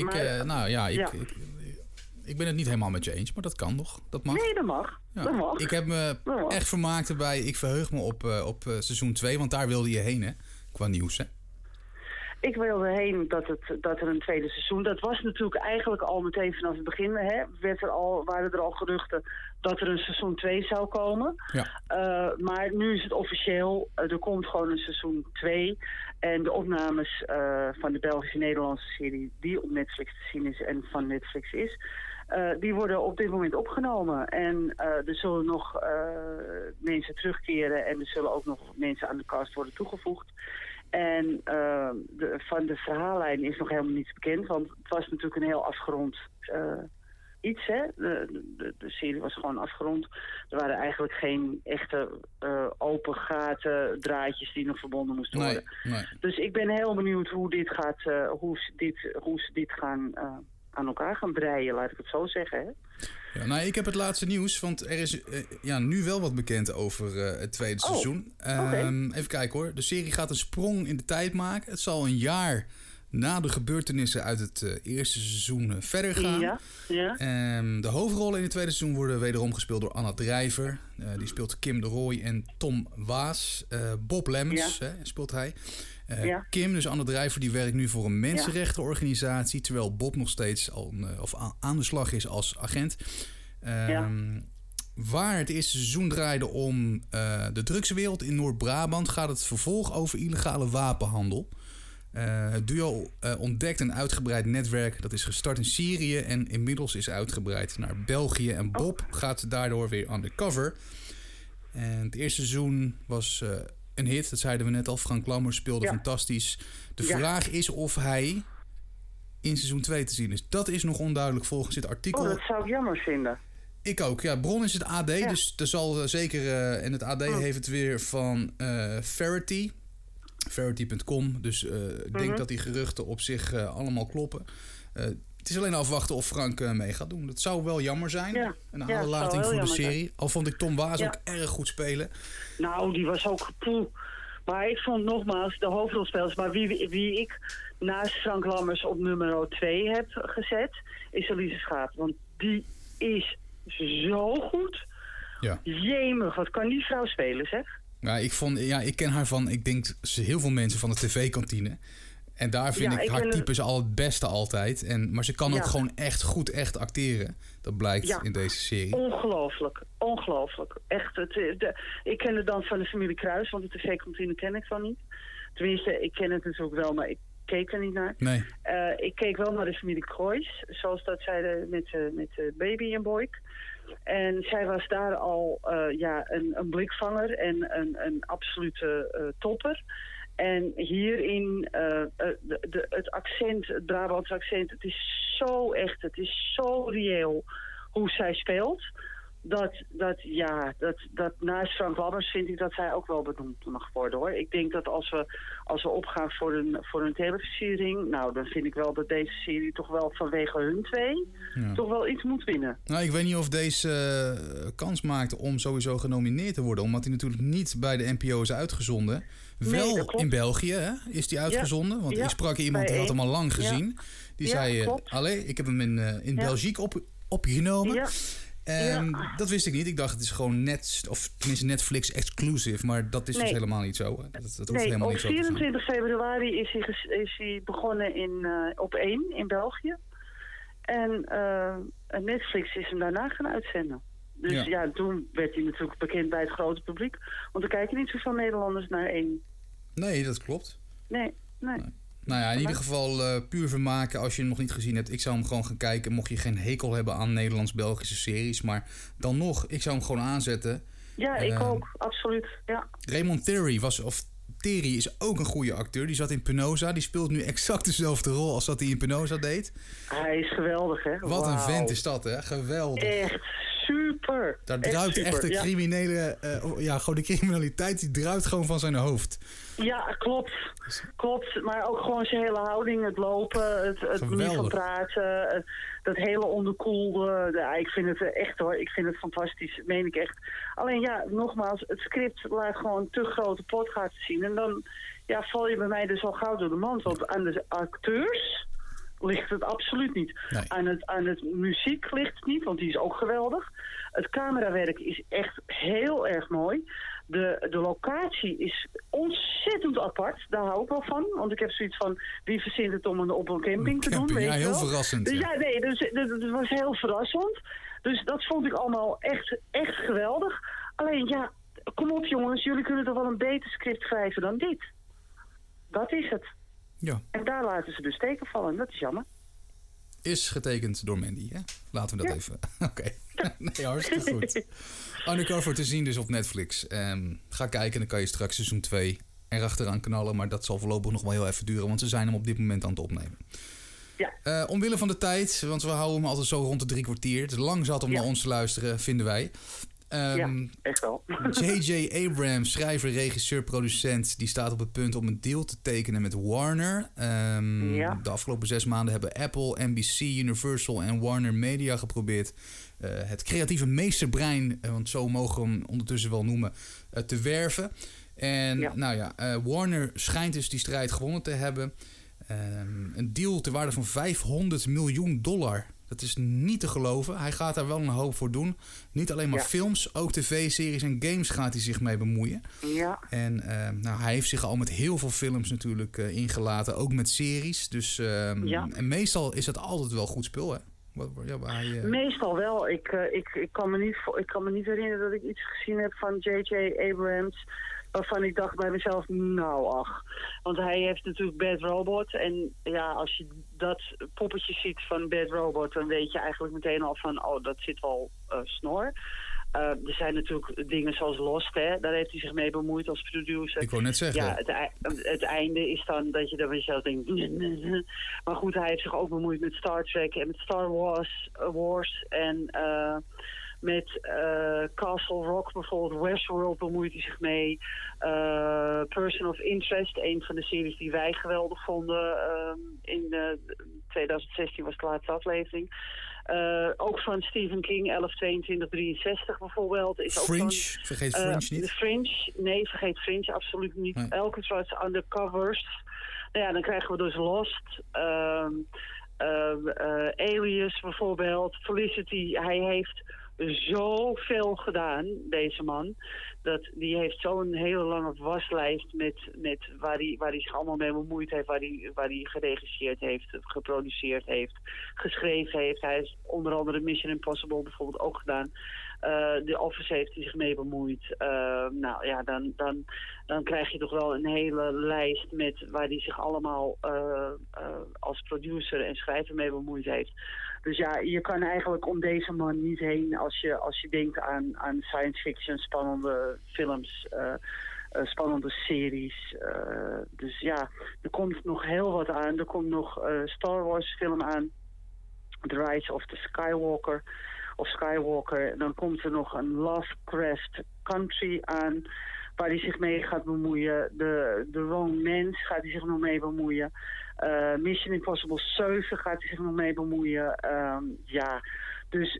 ik ben het niet helemaal met je eens, maar dat kan nog. Dat mag. Nee, dat mag. Ja. Dat mag. Ik heb me echt vermaakt erbij. Ik verheug me op seizoen 2, want daar wilde je heen, hè? Qua nieuws, hè? Ik wilde heen dat er een tweede seizoen... Dat was natuurlijk eigenlijk al meteen vanaf het begin. Hè, waren er al geruchten dat er een seizoen 2 zou komen. Ja. Maar nu is het officieel. Er komt gewoon een seizoen 2. En de opnames van de Belgische-Nederlandse serie... die op Netflix te zien is en van Netflix is... die worden op dit moment opgenomen. En er zullen nog mensen terugkeren... en er zullen ook nog mensen aan de cast worden toegevoegd. En van de verhaallijn is nog helemaal niets bekend. Want het was natuurlijk een heel afgerond iets. Hè? De serie was gewoon afgerond. Er waren eigenlijk geen echte open gaten, draadjes die nog verbonden moesten worden. Nee. Dus ik ben heel benieuwd hoe ze dit gaan aan elkaar gaan breien, laat ik het zo zeggen. Hè? Ja, nou, ik heb het laatste nieuws, want er is nu wel wat bekend over het tweede seizoen. Okay. Even kijken hoor. De serie gaat een sprong in de tijd maken. Het zal een jaar na de gebeurtenissen uit het eerste seizoen verder gaan. Ja, ja. De hoofdrollen in het tweede seizoen worden wederom gespeeld door Anna Drijver. Die speelt Kim de Rooij en Tom Waas. Bob Lemmens speelt hij. Kim, dus Anna Drijver, die werkt nu voor een mensenrechtenorganisatie... terwijl Bob nog steeds aan de slag is als agent. Waar het eerste seizoen draaide om de drugswereld in Noord-Brabant... gaat het vervolg over illegale wapenhandel. Het duo ontdekt een uitgebreid netwerk dat is gestart in Syrië... en inmiddels is uitgebreid naar België. En Bob gaat daardoor weer undercover. En het eerste seizoen was... een hit, dat zeiden we net al. Frank Lammers speelde fantastisch. De vraag is of hij in seizoen 2 te zien is. Dat is nog onduidelijk volgens dit artikel. Dat zou ik jammer vinden. Ik ook. Ja, bron is het AD. Ja. Dus er zal zeker... en het AD heeft het weer van Verity. Verity.com. Dus ik denk dat die geruchten op zich allemaal kloppen. Het is alleen afwachten of Frank mee gaat doen. Dat zou wel jammer zijn. Ja. Een aanlating voor de serie. Zijn. Al vond ik Tom Waas ook erg goed spelen. Nou, die was ook poeh. Maar ik vond nogmaals de hoofdrolspelers. Maar wie ik naast Frank Lammers op nummer 2 heb gezet... is Elise Schaap. Want die is zo goed. Ja. Jemig, wat kan die vrouw spelen, zeg? Ja, ik ken haar van... Ik denk heel veel mensen van de tv-kantine... En daar vind ik haar types al het beste altijd. Maar ze kan ook gewoon echt goed acteren. Dat blijkt in deze serie. Ongelooflijk. Echt. Ik ken het dan van de familie Kruis, want de tv-kantine ken ik dan niet. Tenminste, ik ken het natuurlijk wel, maar ik keek er niet naar. Nee. Ik keek wel naar de familie Kroijs, zoals dat zeiden met Baby en Boyk. En zij was daar al een blikvanger en een absolute topper. En hierin het accent, het Brabantse accent, het is zo echt, het is zo reëel hoe zij speelt. dat naast Frank Lammers vind ik dat zij ook wel benoemd mag worden, hoor. Ik denk dat als we opgaan voor een televisiering, nou, dan vind ik wel dat deze serie toch wel vanwege hun twee toch wel iets moet winnen. Nou, ik weet niet of deze kans maakt om sowieso genomineerd te worden, omdat hij natuurlijk niet bij de NPO is uitgezonden. Wel in België is die uitgezonden, want ik sprak iemand die had hem al lang gezien. Die zei, ik heb hem in België opgenomen. Ja. Dat wist ik niet. Ik dacht het is gewoon Netflix exclusive, maar dat is dus helemaal niet zo. Dat hoeft helemaal niet zo te zijn. Op 24 februari is hij begonnen op 1 in België. En Netflix is hem daarna gaan uitzenden. Dus toen werd hij natuurlijk bekend bij het grote publiek. Want er kijken niet zoveel Nederlanders naar 1. Nee, dat klopt. Nee. Nou ja, in ieder geval puur vermaken als je hem nog niet gezien hebt. Ik zou hem gewoon gaan kijken, mocht je geen hekel hebben aan Nederlands-Belgische series. Maar dan nog, ik zou hem gewoon aanzetten. Ja, ik ook, absoluut, ja. Raymond Terry is ook een goede acteur. Die zat in Penosa. Die speelt nu exact dezelfde rol als dat hij in Penosa deed. Hij is geweldig, hè? Wat een vent is dat, hè? Geweldig. Echt super. Daar druipt echt de criminele... gewoon de criminaliteit, die druipt gewoon van zijn hoofd. Ja, klopt. Maar ook gewoon zijn hele houding, het lopen, het niet van praten, dat hele onderkoelde. Ik vind het echt, hoor, ik vind het fantastisch, meen ik echt. Alleen nogmaals, het script laat gewoon te grote potgaten zien. En dan val je bij mij dus al gauw door de mand. Want aan de acteurs ligt het absoluut niet. Nee. Aan het muziek ligt het niet, want die is ook geweldig. Het camerawerk is echt heel erg mooi. De locatie is ontzettend apart. Daar hou ik wel van. Want ik heb zoiets van, wie verzint het om op een camping te doen? Weet ja, je heel wel? verrassend. Dus het was heel verrassend. Dus dat vond ik allemaal echt geweldig. Alleen kom op jongens, jullie kunnen toch wel een beter script schrijven dan dit. Dat is het. Ja. En daar laten ze dus teken vallen. Dat is jammer. Is getekend door Mandy, hè? Laten we dat even... Oké. Nee, hartstikke goed. Undercover te zien dus op Netflix. Ga kijken, dan kan je straks seizoen 2 erachteraan knallen. Maar dat zal voorlopig nog wel heel even duren, want ze zijn hem op dit moment aan het opnemen. Ja. Omwille van de tijd, want we houden hem altijd zo rond de 3 kwartier. Het is lang zat om naar ons te luisteren, vinden wij. Echt wel. J.J. Abrams, schrijver, regisseur, producent, die staat op het punt om een deal te tekenen met Warner. De afgelopen 6 maanden hebben Apple, NBC, Universal en Warner Media geprobeerd het creatieve meesterbrein, want zo mogen we hem ondertussen wel noemen, te werven. En Warner schijnt dus die strijd gewonnen te hebben. Een deal ter waarde van $500 miljoen. Dat is niet te geloven. Hij gaat daar wel een hoop voor doen. Niet alleen maar films, ook tv-series en games gaat hij zich mee bemoeien. Ja. En hij heeft zich al met heel veel films natuurlijk ingelaten. Ook met series. Dus, en meestal is dat altijd wel goed spul, hè? Meestal wel. Ik kan me niet herinneren dat ik iets gezien heb van J.J. Abrams waarvan ik dacht bij mezelf, want hij heeft natuurlijk Bad Robot. En als je dat poppetje ziet van Bad Robot, dan weet je eigenlijk meteen al van, dat zit wel snor. Er zijn natuurlijk dingen zoals Lost, hè? Daar heeft hij zich mee bemoeid als producer. Ik wou net zeggen. Ja, het einde is dan dat je dan bij jezelf denkt... Maar goed, hij heeft zich ook bemoeid met Star Trek en met Star Wars en met Castle Rock bijvoorbeeld. Westworld bemoeit hij zich mee. Person of Interest, een van de series die wij geweldig vonden. In 2016 was de laatste aflevering. Ook van Stephen King, 11/22/63 bijvoorbeeld. Is Fringe, ook vergeet Fringe niet. Fringe, nee, vergeet Fringe absoluut niet. Nee. Alcatraz Undercovers. Dan krijgen we dus Lost. Alias bijvoorbeeld. Felicity, hij heeft zoveel gedaan, deze man. Die heeft zo'n hele lange waslijst met waar hij zich allemaal mee bemoeid heeft, waar hij geregisseerd heeft, geproduceerd heeft, geschreven heeft. Hij heeft onder andere Mission Impossible bijvoorbeeld ook gedaan. The Office heeft hij zich mee bemoeid. Dan krijg je toch wel een hele lijst met waar hij zich allemaal als producer en schrijver mee bemoeid heeft. Dus je kan eigenlijk om deze man niet heen als je denkt aan science fiction, spannende films, spannende series. Dus er komt nog heel wat aan. Er komt nog Star Wars film aan. The Rise of the Skywalker. of Skywalker. Dan komt er nog een Lovecraft Country aan, waar hij zich mee gaat bemoeien. De Romance gaat hij zich nog mee bemoeien. Mission Impossible 7 gaat hij zich nog mee bemoeien. Dus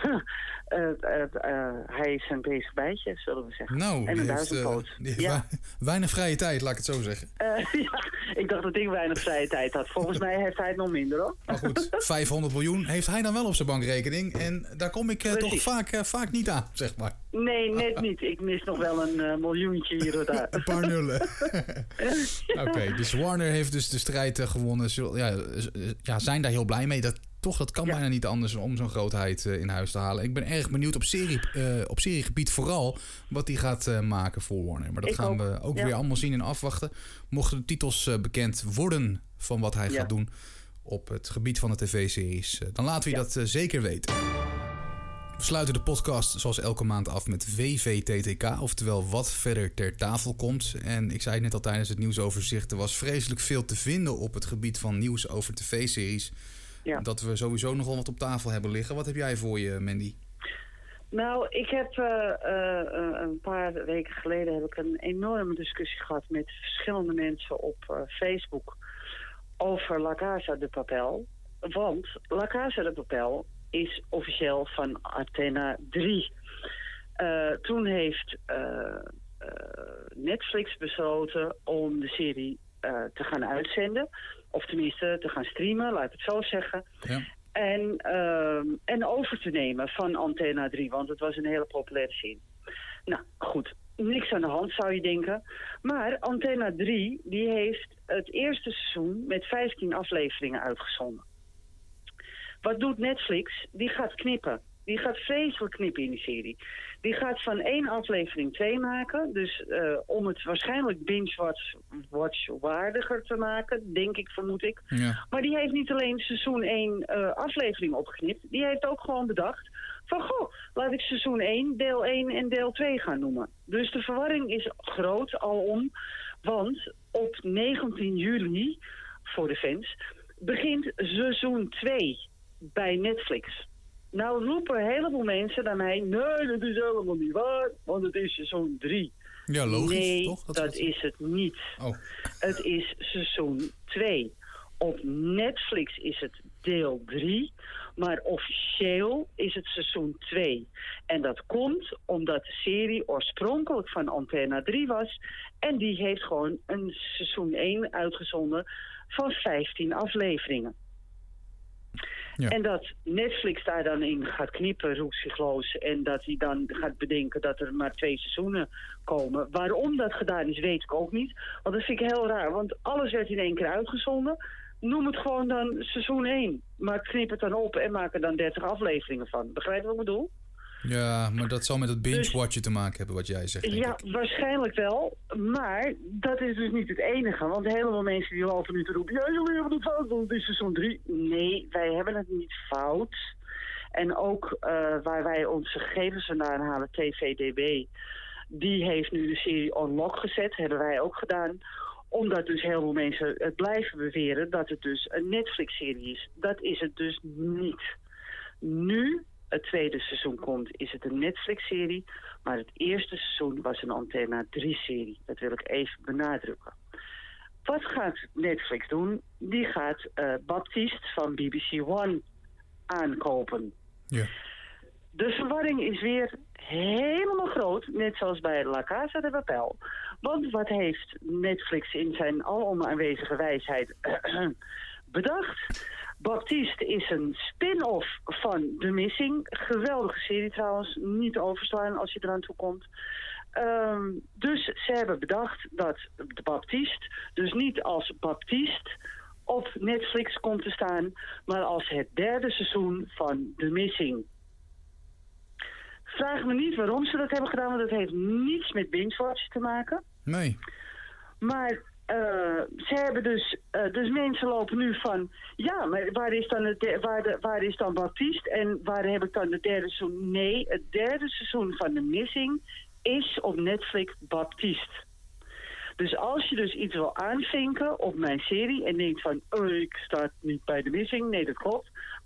hij is een bezig bijtje, zullen we zeggen. Nou, en een duizendpoot. Weinig vrije tijd, laat ik het zo zeggen. Ik dacht dat ik weinig vrije tijd had. Volgens mij heeft hij het nog minder, hoor. Maar goed, 500 miljoen heeft hij dan wel op zijn bankrekening. En daar kom ik toch vaak niet aan, zeg maar. Nee, net niet. Ik mis nog wel een miljoentje hier of daar. Een paar nullen. Oké, dus Warner heeft dus de strijd gewonnen. Zijn daar heel blij mee. Dat kan bijna niet anders om zo'n grootheid in huis te halen. Ik ben erg benieuwd op seriegebied vooral wat hij gaat maken voor Warner. Maar dat gaan we ook weer allemaal zien en afwachten. Mochten de titels bekend worden van wat hij gaat doen op het gebied van de tv-series, dan laten we dat zeker weten. We sluiten de podcast zoals elke maand af met WVTTK, oftewel wat verder ter tafel komt. En ik zei het net al tijdens het nieuwsoverzicht, er was vreselijk veel te vinden op het gebied van nieuws over tv-series. Ja. Dat we sowieso nogal wat op tafel hebben liggen. Wat heb jij voor je, Mandy? Nou, ik heb een paar weken geleden een enorme discussie gehad met verschillende mensen op Facebook over La Casa de Papel. Want La Casa de Papel is officieel van Antena 3. Toen heeft Netflix besloten om de serie te gaan uitzenden. Of tenminste te gaan streamen, laat ik het zo zeggen. Ja. En over te nemen van Antena 3, want het was een hele populaire serie. Nou, goed. Niks aan de hand, zou je denken. Maar Antena 3, die heeft het eerste seizoen met 15 afleveringen uitgezonden. Wat doet Netflix? Die gaat knippen. Die gaat vreselijk knippen in die serie. Die gaat van 1 aflevering 2 maken. Dus om het waarschijnlijk binge-watch-waardiger te maken, denk ik, vermoed ik. Ja. Maar die heeft niet alleen seizoen 1 aflevering opgeknipt. Die heeft ook gewoon bedacht van, laat ik seizoen 1, deel 1 en deel 2 gaan noemen. Dus de verwarring is groot alom. Want op 19 juli, voor de fans, begint seizoen 2 bij Netflix. Nou roepen een heleboel mensen naar mij, nee, dat is helemaal niet waar, want het is seizoen 3. Ja, logisch, nee, toch? Dat is het niet. Oh. Het is seizoen 2. Op Netflix is het deel 3, maar officieel is het seizoen 2. En dat komt omdat de serie oorspronkelijk van Antena 3 was en die heeft gewoon een seizoen 1 uitgezonden van 15 afleveringen. Ja. En dat Netflix daar dan in gaat knippen, roekzichtloos, en dat hij dan gaat bedenken dat er maar 2 seizoenen komen. Waarom dat gedaan is, weet ik ook niet. Want dat vind ik heel raar, want alles werd in 1 keer uitgezonden. Noem het gewoon dan seizoen 1. Maar knip het dan op en maak er dan 30 afleveringen van. Begrijp je wat ik bedoel? Ja, maar dat zal met het binge-watchen te maken hebben wat jij zegt. Ja, waarschijnlijk wel. Maar dat is dus niet het enige. Want helemaal mensen die lopen nu te roepen, ja, jullie hebben het fout, want het is seizoen 3. Nee, wij hebben het niet fout. En ook waar wij onze gegevens vandaan halen, TVDB, die heeft nu de serie on lock gezet. Hebben wij ook gedaan. Omdat dus heel veel mensen het blijven beweren dat het dus een Netflix-serie is. Dat is het dus niet. Nu het tweede seizoen komt, is het een Netflix-serie. Maar het eerste seizoen was een Antena 3-serie. Dat wil ik even benadrukken. Wat gaat Netflix doen? Die gaat Baptiste van BBC One aankopen. Ja. De verwarring is weer helemaal groot, net zoals bij La Casa de Papel. Want wat heeft Netflix in zijn alom aanwezige wijsheid bedacht? Baptiste is een spin-off van The Missing. Geweldige serie trouwens, niet overslaan als je eraan toe komt. Dus ze hebben bedacht dat de Baptiste dus niet als Baptiste op Netflix komt te staan, maar als het 3e seizoen van The Missing. Vraag me niet waarom ze dat hebben gedaan, want dat heeft niets met binge-watch te maken. Nee. Maar ze hebben dus mensen lopen nu van, ja, maar waar is dan Baptiste en waar heb ik dan het 3e seizoen? Nee, het 3e seizoen van The Missing is op Netflix Baptiste. Dus als je dus iets wil aanvinken op mijn serie en denkt van, ik sta niet bij The Missing, nee, dat klopt.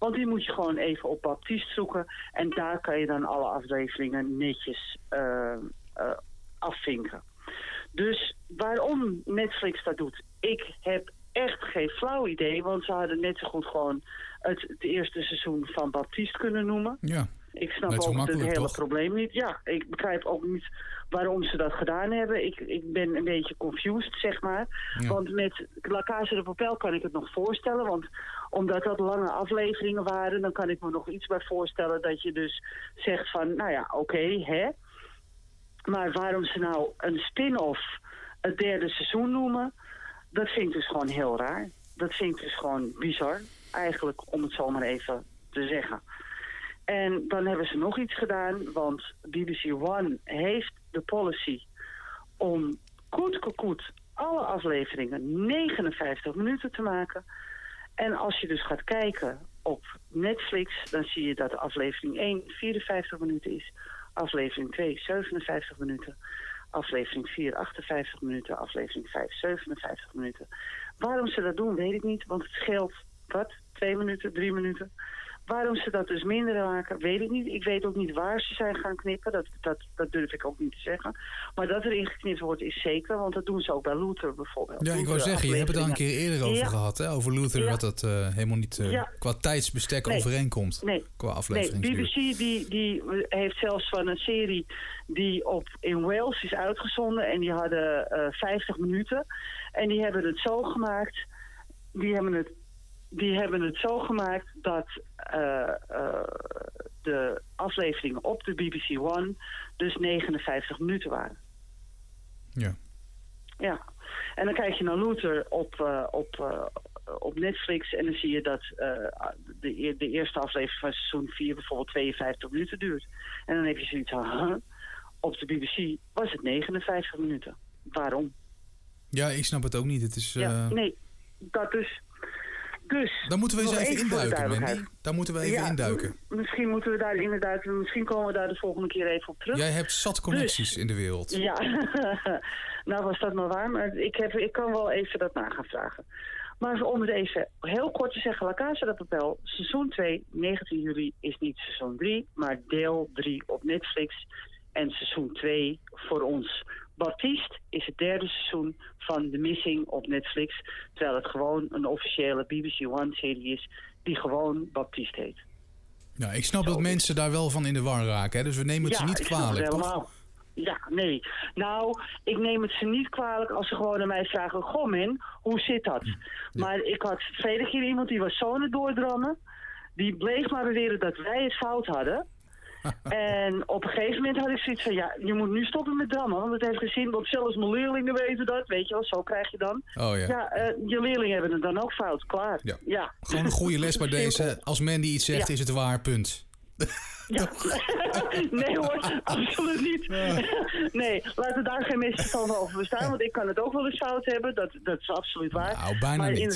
Want die moet je gewoon even op Baptiste zoeken. En daar kan je dan alle afleveringen netjes afvinken. Dus waarom Netflix dat doet, ik heb echt geen flauw idee. Want ze hadden net zo goed gewoon het eerste seizoen van Baptiste kunnen noemen. Ja. Ik snap ook het hele probleem niet. Ja, ik begrijp ook niet waarom ze dat gedaan hebben. Ik ben een beetje confused, zeg maar. Ja. Want met La Casa de Papel kan ik het nog voorstellen. Want omdat dat lange afleveringen waren, dan kan ik me nog iets bij voorstellen dat je dus zegt van, nou ja, oké, hè. Maar waarom ze nou een spin-off het derde seizoen noemen, dat vind ik dus gewoon heel raar. Dat vind ik dus gewoon bizar, eigenlijk, om het zo maar even te zeggen. En dan hebben ze nog iets gedaan, want BBC One heeft de policy om koet alle afleveringen 59 minuten te maken. En als je dus gaat kijken op Netflix, dan zie je dat aflevering 1 54 minuten is, aflevering 2 57 minuten, aflevering 4 58 minuten, aflevering 5 57 minuten. Waarom ze dat doen, weet ik niet, want het scheelt, 2 minuten, 3 minuten. Waarom ze dat dus minder maken, weet ik niet. Ik weet ook niet waar ze zijn gaan knippen. Dat durf ik ook niet te zeggen. Maar dat er ingeknipt wordt is zeker. Want dat doen ze ook bij Luther bijvoorbeeld. Ja, ik wou zeggen, je hebt het al een keer eerder over gehad. Hè? Over Luther, dat het helemaal niet qua tijdsbestek overeenkomt. Qua aflevering. Nee, BBC die heeft zelfs van een serie die in Wales is uitgezonden. En die hadden 50 minuten. En die hebben het zo gemaakt. Die hebben het zo gemaakt dat de afleveringen op de BBC One dus 59 minuten waren. Ja. Ja. En dan kijk je naar Luther op Netflix en dan zie je dat de eerste aflevering van seizoen 4 bijvoorbeeld 52 minuten duurt. En dan heb je zoiets van, op de BBC was het 59 minuten. Waarom? Ja, ik snap het ook niet. Het is... Nee, dat dus... Dus, dan moeten we eens even induiken, Mandy. Daar moeten we even induiken. Misschien moeten we daar inderdaad... Misschien komen we daar de volgende keer even op terug. Jij hebt zat connecties in de wereld. Ja, nou was dat maar waar. Maar ik kan wel even dat na gaan vragen. Maar om het even heel kort te zeggen... La Casa de Papel, seizoen 2, 19 juli is niet seizoen 3... maar deel 3 op Netflix. En seizoen 2 voor ons... Baptiste is het derde seizoen van The Missing op Netflix. Terwijl het gewoon een officiële BBC One-serie is die gewoon Baptiste heet. Ja, ik snap dat mensen daar wel van in de war raken. Hè? Dus we nemen het ze niet kwalijk, toch? Ja, nee. Nou, ik neem het ze niet kwalijk als ze gewoon aan mij vragen... Goh, man, hoe zit dat? Ja. Maar ik had vele keer iemand die was zo aan het doordrammen. Die bleef maar beweren dat wij het fout hadden... En op een gegeven moment had ik zoiets van... ja, je moet nu stoppen met drammen, want het heeft geen zin... want zelfs mijn leerlingen weten dat, weet je wel, zo krijg je dan. Oh ja. Ja, je leerlingen hebben het dan ook fout, klaar. Ja. Gewoon een goede les bij deze. Als Mandy iets zegt, is het waar, punt. Ja. Nee hoor, absoluut niet. Nee, laten daar geen mensen van over bestaan, want ik kan het ook wel eens fout hebben. Dat is absoluut waar. Nou, bijna maar niet. In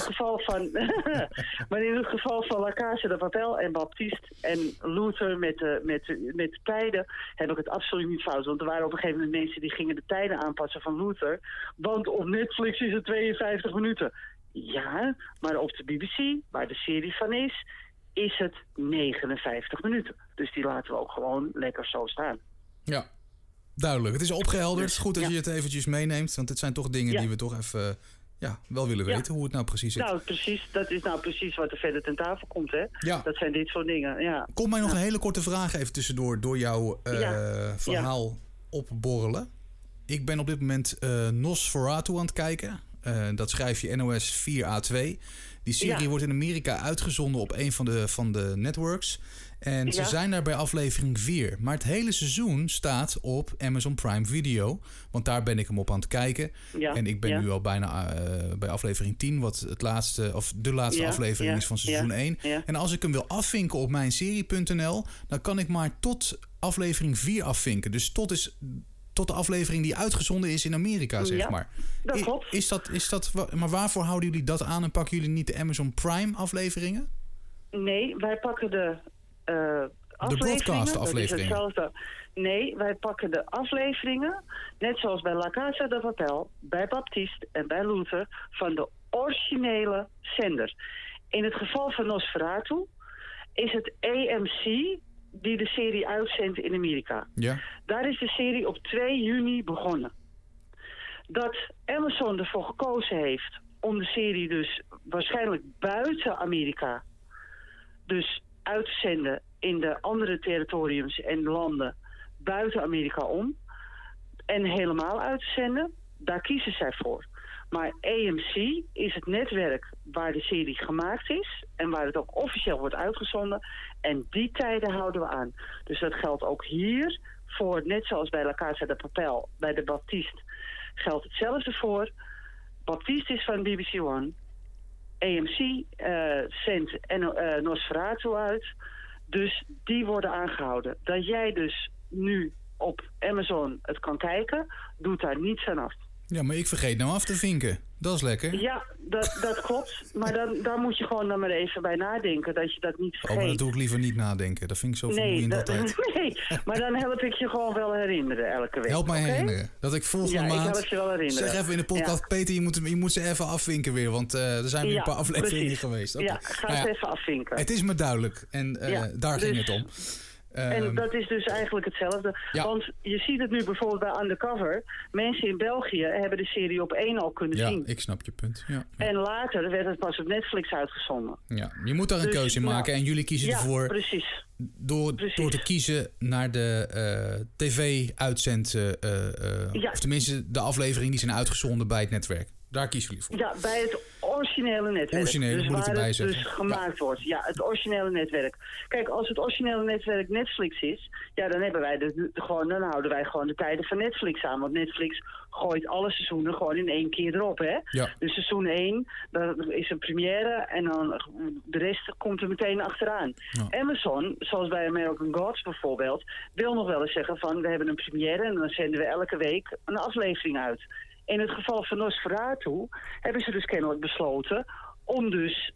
het geval van La Casa de Papel en Baptiste en Luther met de tijden heb ik het absoluut niet fout. Want er waren op een gegeven moment mensen die gingen de tijden aanpassen van Luther. Want op Netflix is het 52 minuten. Ja, maar op de BBC, waar de serie van is het 59 minuten. Dus die laten we ook gewoon lekker zo staan. Ja, duidelijk. Het is opgehelderd. Dus, goed dat je het eventjes meeneemt. Want het zijn toch dingen die we toch even wel willen weten. Hoe het nou precies zit. Nou, precies. Dat is nou precies wat er verder ten tafel komt, hè? Ja. Dat zijn dit soort dingen, ja. Komt mij nog een hele korte vraag even tussendoor... door jouw verhaal opborrelen. Ik ben op dit moment Nosferatu aan het kijken. Dat schrijf je NOS 4A2... Die serie wordt in Amerika uitgezonden op een van de networks. En ze zijn daar bij aflevering 4. Maar het hele seizoen staat op Amazon Prime Video. Want daar ben ik hem op aan het kijken. Ja. En ik ben nu al bijna bij aflevering 10... wat de laatste aflevering is van seizoen 1. Ja. En als ik hem wil afvinken op mijnserie.nl... dan kan ik maar tot aflevering 4 afvinken. Dus tot de aflevering die uitgezonden is in Amerika, zeg maar. Dat klopt. Is dat, maar waarvoor houden jullie dat aan en pakken jullie niet de Amazon Prime afleveringen? Nee, wij pakken de afleveringen. De broadcast afleveringen. Nee, wij pakken de afleveringen, net zoals bij La Casa de Papel, bij Baptiste en bij Luther, van de originele zender. In het geval van Nosferatu is het AMC die de serie uitzendt in Amerika. Ja. Daar is de serie op 2 juni begonnen. Dat Amazon ervoor gekozen heeft om de serie dus waarschijnlijk buiten Amerika dus uit te zenden in de andere territoriums en landen buiten Amerika om en helemaal uit te zenden, daar kiezen zij voor. Maar AMC is het netwerk waar de serie gemaakt is en waar het ook officieel wordt uitgezonden. En die tijden houden we aan. Dus dat geldt ook hier voor, net zoals bij La Casa de Papel, bij de Baptiste, geldt hetzelfde voor. Baptiste is van BBC One. AMC zendt Nosferatu uit. Dus die worden aangehouden. Dat jij dus nu op Amazon het kan kijken, doet daar niets aan af. Ja, maar ik vergeet nou af te vinken. Dat is lekker. Ja, dat klopt. Maar daar moet je gewoon dan maar even bij nadenken, dat je dat niet vergeet. Oh, maar dat doe ik liever niet nadenken. Dat vind ik zo vermoeiend altijd. Nee, maar dan help ik je gewoon wel herinneren elke week. Help mij herinneren. Dat ik volgende maand... ik help je wel herinneren. Zeg even in de podcast, Peter, je moet ze even afvinken weer. Want er zijn weer een paar afleveringen geweest. Okay. Ja, ga ze even afvinken. Het is me duidelijk. En daar ging het om. En dat is dus eigenlijk hetzelfde. Ja. Want je ziet het nu bijvoorbeeld bij Undercover. Mensen in België hebben de serie op 1 al kunnen zien. Ja, ik snap je punt. Ja. En later werd het pas op Netflix uitgezonden. Ja, je moet daar een keuze in maken. En jullie kiezen ervoor precies. Door te kiezen naar de tv-uitzend... Of tenminste de afleveringen die zijn uitgezonden bij het netwerk. Daar kiezen jullie voor. Ja, bij het originele netwerk. Dus moet ik erbij het zeggen. Dus gemaakt wordt. Ja, het originele netwerk. Kijk, als het originele netwerk Netflix is, ja, dan hebben wij dan houden wij gewoon de tijden van Netflix aan. Want Netflix gooit alle seizoenen gewoon in 1 keer erop, hè? Ja. Dus seizoen 1, dat is een première en dan de rest komt er meteen achteraan. Ja. Amazon, zoals bij American Gods bijvoorbeeld, wil nog wel eens zeggen van, we hebben een première en dan zenden we elke week een aflevering uit. In het geval van Nosferatu hebben ze dus kennelijk besloten om dus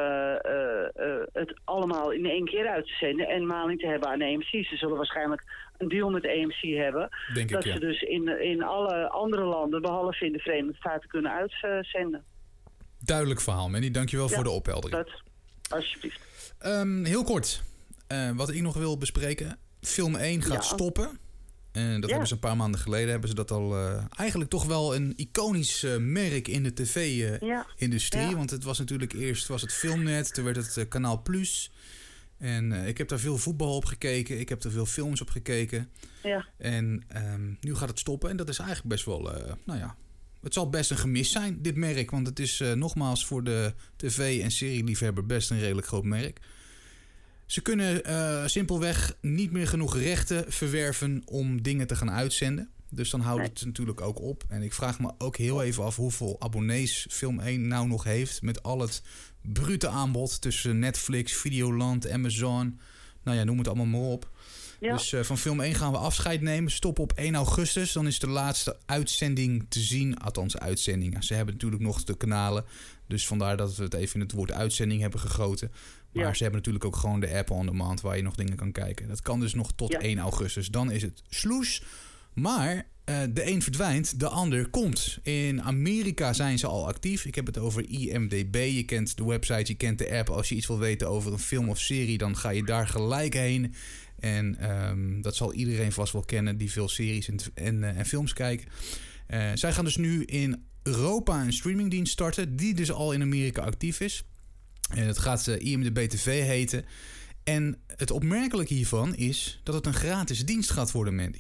het allemaal in 1 keer uit te zenden en maling te hebben aan AMC. Ze zullen waarschijnlijk een deal met AMC hebben. Dat ze dus in alle andere landen, behalve in de Verenigde Staten, kunnen uitzenden. Duidelijk verhaal, Manny. Dankjewel voor de opheldering. Dat, alsjeblieft. Heel kort, wat ik nog wil bespreken. Film 1 gaat stoppen. Dat hebben ze een paar maanden geleden. Hebben ze dat al eigenlijk toch wel een iconisch merk in de tv-industrie. Want het was natuurlijk eerst het Filmnet. Toen werd het Kanaal Plus. En ik heb daar veel voetbal op gekeken. Ik heb er veel films op gekeken. Ja. En nu gaat het stoppen. En dat is eigenlijk best wel... het zal best een gemis zijn, dit merk. Want het is nogmaals voor de tv- en serieliefhebber best een redelijk groot merk. Ze kunnen simpelweg niet meer genoeg rechten verwerven om dingen te gaan uitzenden. Dus dan houdt het natuurlijk ook op. En ik vraag me ook heel even af hoeveel abonnees Film 1 nou nog heeft. Met al het brute aanbod tussen Netflix, Videoland, Amazon. Nou ja, noem het allemaal maar op. Ja. Dus van Film 1 gaan we afscheid nemen. Stoppen op 1 augustus. Dan is de laatste uitzending te zien. Althans, uitzendingen. Ze hebben natuurlijk nog de kanalen. Dus vandaar dat we het even in het woord uitzending hebben gegoten. Maar ze hebben natuurlijk ook gewoon de app on demand waar je nog dingen kan kijken. Dat kan dus nog tot 1 augustus. Dan is het sloes. Maar de een verdwijnt, de ander komt. In Amerika zijn ze al actief. Ik heb het over IMDb. Je kent de website, je kent de app. Als je iets wil weten over een film of serie, dan ga je daar gelijk heen. En dat zal iedereen vast wel kennen die veel series en films kijken. Zij gaan dus nu in Europa een streamingdienst starten die dus al in Amerika actief is. En het gaat IMDb TV heten. En het opmerkelijke hiervan is dat het een gratis dienst gaat worden, Mandy.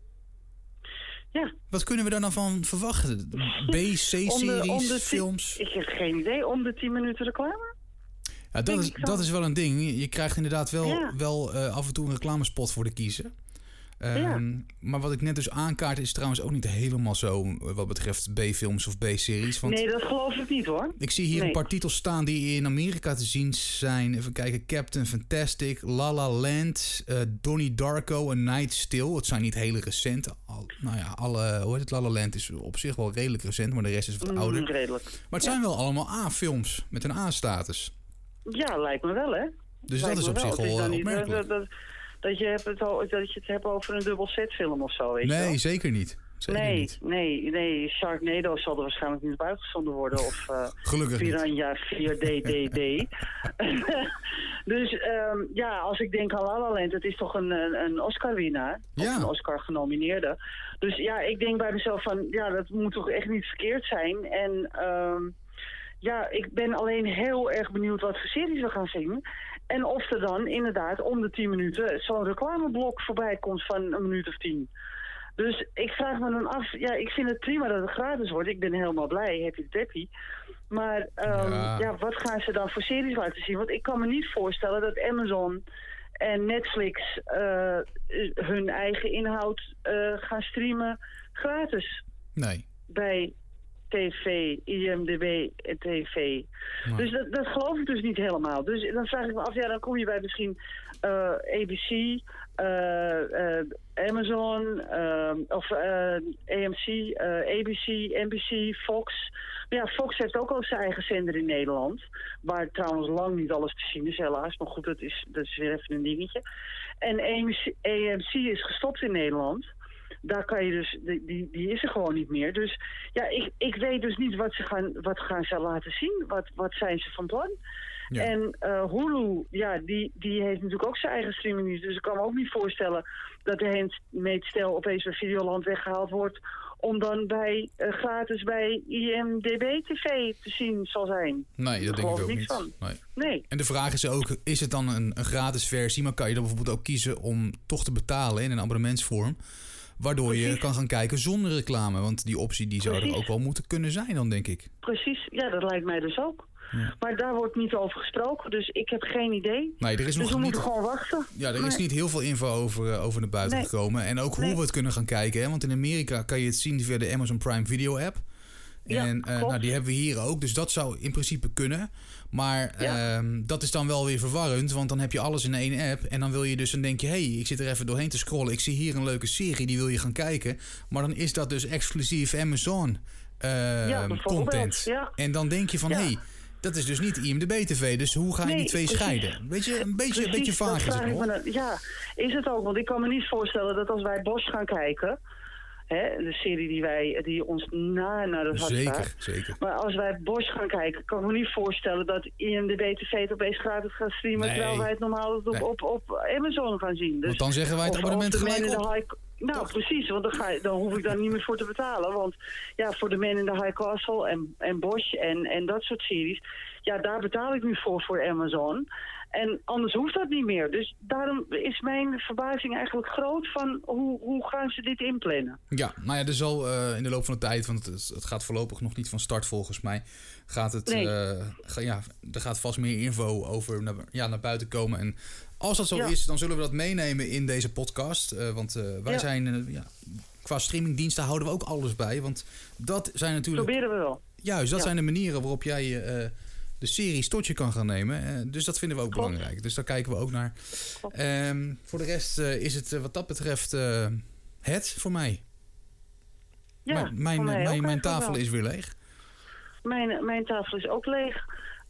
Ja. Wat kunnen we daar dan van verwachten? B, C-series, films? Ik heb geen idee. Om de 10 minuten reclame? Ja, dat is wel een ding. Je krijgt inderdaad wel af en toe een reclamespot voor de kiezer. Maar wat ik net dus aankaart is trouwens ook niet helemaal zo wat betreft B-films of B-series. Nee, dat geloof ik niet hoor. Ik zie hier een paar titels staan die in Amerika te zien zijn. Even kijken, Captain Fantastic, La La Land, Donnie Darko, A Night Still. Het zijn niet hele recente. La La Land is op zich wel redelijk recent, maar de rest is wat ouder. Redelijk. Maar het zijn wel allemaal A-films met een A-status. Ja, lijkt me wel hè. Dus lijkt dat is op zich wel opmerkelijk. Dat je het hebt over een dubbel set film of zo, weet je wel? Nee, zeker niet. Zeker niet. Nee. Sharknado zal er waarschijnlijk niet op uitgezonden worden. Of Gelukkig Piranha 4DDD. Dus als ik denk aan La La Land, het is toch een Oscar-winnaar. Of een Oscar-genomineerde. Dus ja, ik denk bij mezelf van, ja, dat moet toch echt niet verkeerd zijn. En ik ben alleen heel erg benieuwd wat voor series we gaan zien. En of er dan inderdaad om de 10 minuten zo'n reclameblok voorbij komt van een minuut of 10. Dus ik vraag me dan af, ja, ik vind het prima dat het gratis wordt. Ik ben helemaal blij, happy. Maar wat gaan ze dan voor series laten zien? Want ik kan me niet voorstellen dat Amazon en Netflix hun eigen inhoud gaan streamen gratis. Nee. Bij TV, IMDb en TV. Nee. Dus dat geloof ik dus niet helemaal. Dus dan vraag ik me af, ja, dan kom je bij misschien ABC, Amazon, AMC, ABC, NBC, Fox. Maar ja, Fox heeft ook al zijn eigen zender in Nederland. Waar trouwens lang niet alles te zien is, helaas. Maar goed, dat is weer even een dingetje. En AMC is gestopt in Nederland. Daar kan je dus, die is er gewoon niet meer. Dus ja, ik weet dus niet wat gaan ze laten zien. Wat zijn ze van plan? Ja. En Hulu, ja, die heeft natuurlijk ook zijn eigen streaming. Dus ik kan me ook niet voorstellen dat de Handmaid's Tale opeens bij Videoland weggehaald wordt. Om dan gratis bij IMDb TV te zien zal zijn. Nee, dat denk ik ook niet. Van. Nee. En de vraag is ook, is het dan een gratis versie? Maar kan je dan bijvoorbeeld ook kiezen om toch te betalen in een abonnementsvorm? Waardoor je kan gaan kijken zonder reclame. Want die optie die zou er ook wel moeten kunnen zijn dan, denk ik. Precies, ja, dat lijkt mij dus ook. Ja. Maar daar wordt niet over gesproken, dus ik heb geen idee. Nee, er is dus we moeten gewoon wachten. Ja, er is niet heel veel info over naar buiten gekomen. En ook hoe we het kunnen gaan kijken. Hè? Want in Amerika kan je het zien via de Amazon Prime Video app. En die hebben we hier ook. Dus dat zou in principe kunnen. Maar dat is dan wel weer verwarrend. Want dan heb je alles in één app. En dan wil je dus, dan denk je, ik zit er even doorheen te scrollen. Ik zie hier een leuke serie, die wil je gaan kijken. Maar dan is dat dus exclusief Amazon content. Ja. En dan denk je van, dat is dus niet IMDb-TV. Dus hoe ga je die twee scheiden? Weet je, een beetje vaag is het nog. Ja, is het ook. Want ik kan me niet voorstellen dat als wij Bosch gaan kijken, de serie die ons naar het hart staat. Zeker. Maar als wij Bosch gaan kijken, kan ik me niet voorstellen dat IMDb TV het opeens gratis gaat streamen, terwijl wij het normaal op Amazon gaan zien. Dus, want dan zeggen wij het abonnement gelijk op. Nou, precies, want dan hoef ik daar niet meer voor te betalen. Want ja, voor The Man in the High Castle en Bosch en dat soort series, ja, daar betaal ik nu voor Amazon. En anders hoeft dat niet meer. Dus daarom is mijn verbazing eigenlijk groot van hoe gaan ze dit inplannen? Ja, nou ja, er zal in de loop van de tijd, want het gaat voorlopig nog niet van start volgens mij, gaat het, er gaat vast meer info over naar buiten komen. En als dat zo is, dan zullen we dat meenemen in deze podcast. Want wij zijn, qua streamingdiensten houden we ook alles bij. Want dat zijn natuurlijk... Proberen we wel. Juist, dat zijn de manieren waarop jij de series tot je kan gaan nemen. Dus dat vinden we ook belangrijk. Dus daar kijken we ook naar. Voor de rest is het wat dat betreft het voor mij. Ja, mijn tafel is weer leeg. Mijn tafel is ook leeg.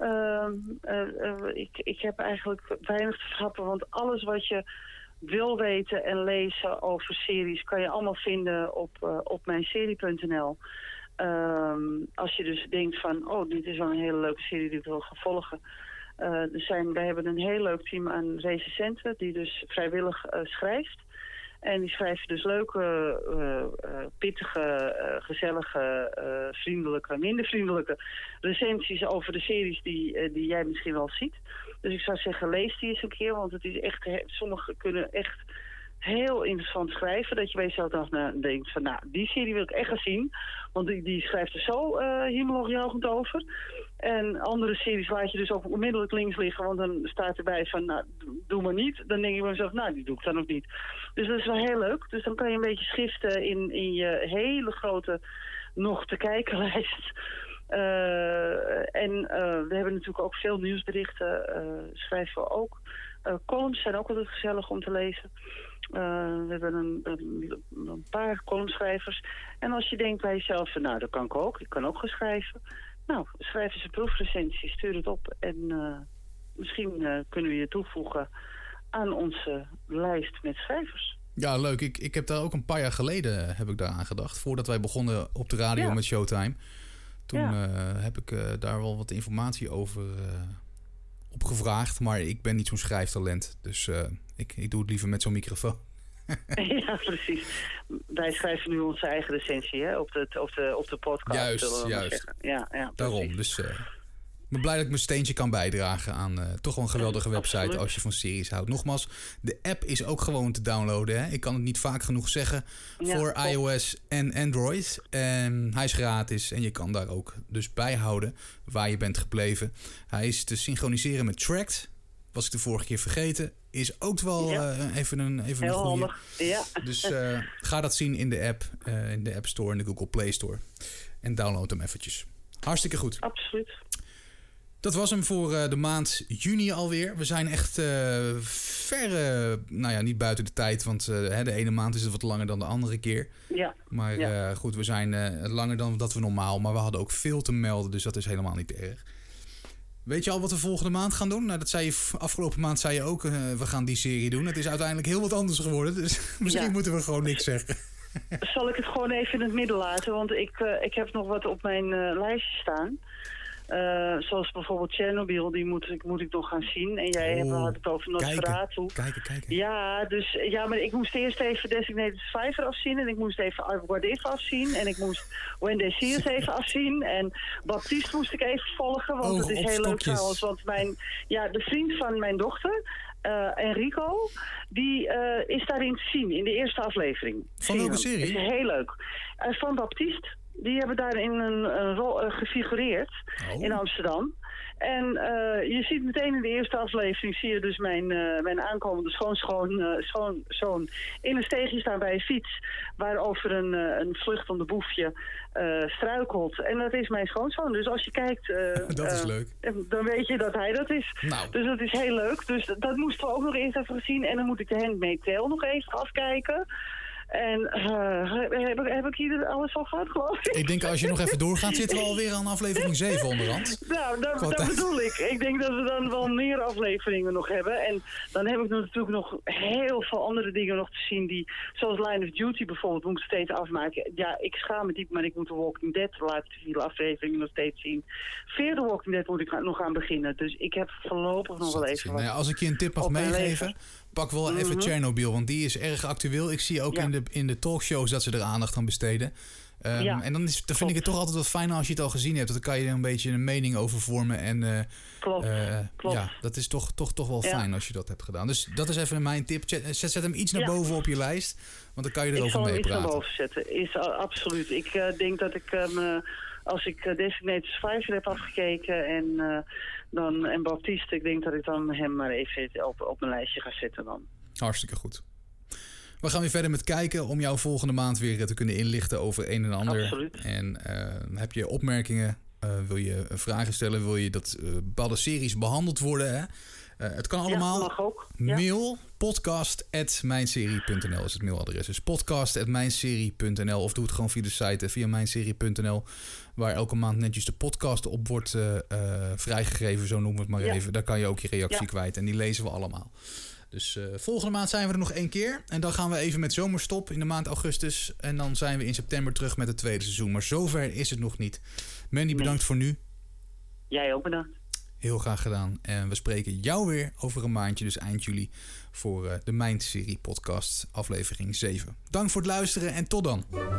Ik heb eigenlijk weinig te verhappen, want alles wat je wil weten en lezen over series kan je allemaal vinden op mijnserie.nl. Als je dus denkt van, dit is wel een hele leuke serie die ik wil gaan volgen. Wij hebben een heel leuk team aan recensenten die dus vrijwillig schrijft. En die schrijven dus leuke, pittige, gezellige, vriendelijke, minder vriendelijke recensies over de series die jij misschien wel ziet. Dus ik zou zeggen, lees die eens een keer, want het is echt, sommigen kunnen echt heel interessant schrijven. Dat je bij jezelf dan denkt van, die serie wil ik echt gaan zien. Want die schrijft er zo hemelhoogjuichend over. En andere series laat je dus ook onmiddellijk links liggen. Want dan staat erbij van, doe maar niet. Dan denk je bij mezelf, die doe ik dan ook niet. Dus dat is wel heel leuk. Dus dan kan je een beetje schiften in je hele grote nog te kijken lijst. We hebben natuurlijk ook veel nieuwsberichten. Schrijven we ook. Columns zijn ook altijd gezellig om te lezen. We hebben een paar columnschrijvers. En als je denkt bij jezelf, dat kan ik ook. Ik kan ook gaan schrijven. Schrijf eens een proefrecensie, stuur het op. En misschien kunnen we je toevoegen aan onze lijst met schrijvers. Ja, leuk. Ik heb daar ook een paar jaar geleden heb ik daar aan gedacht. Voordat wij begonnen op de radio met Showtime. Toen heb ik daar wel wat informatie over opgevraagd. Maar ik ben niet zo'n schrijftalent. Dus ik doe het liever met zo'n microfoon. Ja, precies. Wij schrijven nu onze eigen recensie, hè, op de podcast. Juist. Ja, daarom. Dus ik ben blij dat ik mijn steentje kan bijdragen aan toch wel een geweldige website. Absoluut. Als je van series houdt. Nogmaals, de app is ook gewoon te downloaden. Hè? Ik kan het niet vaak genoeg zeggen. Voor iOS en Android. En hij is gratis en je kan daar ook dus bijhouden waar je bent gebleven. Hij is te synchroniseren met Tracked. Was ik de vorige keer vergeten. Is ook wel even een goede. Handig. Ja. Dus ga dat zien in de app. In de App Store en de Google Play Store. En download hem eventjes. Hartstikke goed. Absoluut. Dat was hem voor de maand juni alweer. We zijn echt ver, niet buiten de tijd. Want de ene maand is het wat langer dan de andere keer. Ja. Maar goed, we zijn langer dan dat we normaal. Maar we hadden ook veel te melden, dus dat is helemaal niet erg. Weet je al wat we volgende maand gaan doen? Nou, dat zei je afgelopen maand zei je ook, we gaan die serie doen. Het is uiteindelijk heel wat anders geworden. Dus misschien moeten we gewoon niks zeggen. Zal ik het gewoon even in het midden laten? Want ik heb nog wat op mijn lijstje staan. Zoals bijvoorbeeld Chernobyl, die moet ik nog gaan zien. En jij had het over Nosferatu. Kijken. Ja, maar ik moest eerst even Designated Survivor afzien. En ik moest even What If afzien. En ik moest When They See Us even afzien. En Baptiste moest ik even volgen. Want het is heel leuk trouwens. Want de vriend van mijn dochter, Enrico, die is daarin te zien. In de eerste aflevering. Van welke serie? Dat is heel leuk. Van Baptiste. Die hebben daarin een rol gefigureerd in Amsterdam. En je ziet meteen in de eerste aflevering, zie je dus mijn aankomende schoonzoon in een steegje staan bij een fiets, waarover een vluchtende boefje struikelt. En dat is mijn schoonzoon. Dus als je kijkt, dat is leuk. Dan weet je dat hij dat is. Nou. Dus dat is heel leuk. Dus dat moesten we ook nog eens even zien. En dan moet ik de Handmaid's Tale nog even afkijken. En heb ik hier alles al gehad, geloof ik? Ik denk als je nog even doorgaat, zitten we alweer aan aflevering 7 onderhand. Nou, dat bedoel ik. Ik denk dat we dan wel meer afleveringen nog hebben. En dan heb ik natuurlijk nog heel veel andere dingen nog te zien. Zoals Line of Duty bijvoorbeeld, moet ik steeds afmaken. Ja, ik schaam me diep, maar ik moet The Walking Dead de laatste 4 afleveringen nog steeds zien. Fear the Walking Dead moet ik nog aan beginnen. Dus ik heb voorlopig nog wel even wat. Als ik je een tip mag meegeven, pak wel even Chernobyl, want die is erg actueel. Ik zie ook in de talkshows dat ze er aandacht aan besteden. En dan vind ik het toch altijd wat fijner als je het al gezien hebt. Dan kan je er een beetje een mening over vormen. En, Klopt. Ja, dat is toch wel fijn als je dat hebt gedaan. Dus dat is even mijn tip. Zet hem iets naar boven op je lijst. Want dan kan je erover meepraten. Ik zal hem iets naar boven zetten. Is absoluut. Ik denk dat ik als ik Designated Survivor heb afgekeken en Baptiste, ik denk dat ik dan hem maar even op mijn lijstje ga zetten dan. Hartstikke goed. We gaan weer verder met kijken om jou volgende maand weer te kunnen inlichten over een en ander. Absoluut. En heb je opmerkingen? Wil je vragen stellen? Wil je dat bepaalde series behandeld worden? Hè? Het kan allemaal. Ja, mag ook. Mail podcast@mijnserie.nl is het mailadres. Dus podcast@mijnserie.nl of doe het gewoon via de site via mijnserie.nl, waar elke maand netjes de podcast op wordt vrijgegeven, zo noemen we het maar even. Daar kan je ook je reactie kwijt en die lezen we allemaal. Dus volgende maand zijn we er nog 1 keer. En dan gaan we even met zomerstop in de maand augustus. En dan zijn we in september terug met het tweede seizoen. Maar zover is het nog niet. Mandy, bedankt voor nu. Jij ook bedankt. Heel graag gedaan. En we spreken jou weer over een maandje, dus eind juli, voor de Mijn Serie podcast aflevering 7. Dank voor het luisteren en tot dan.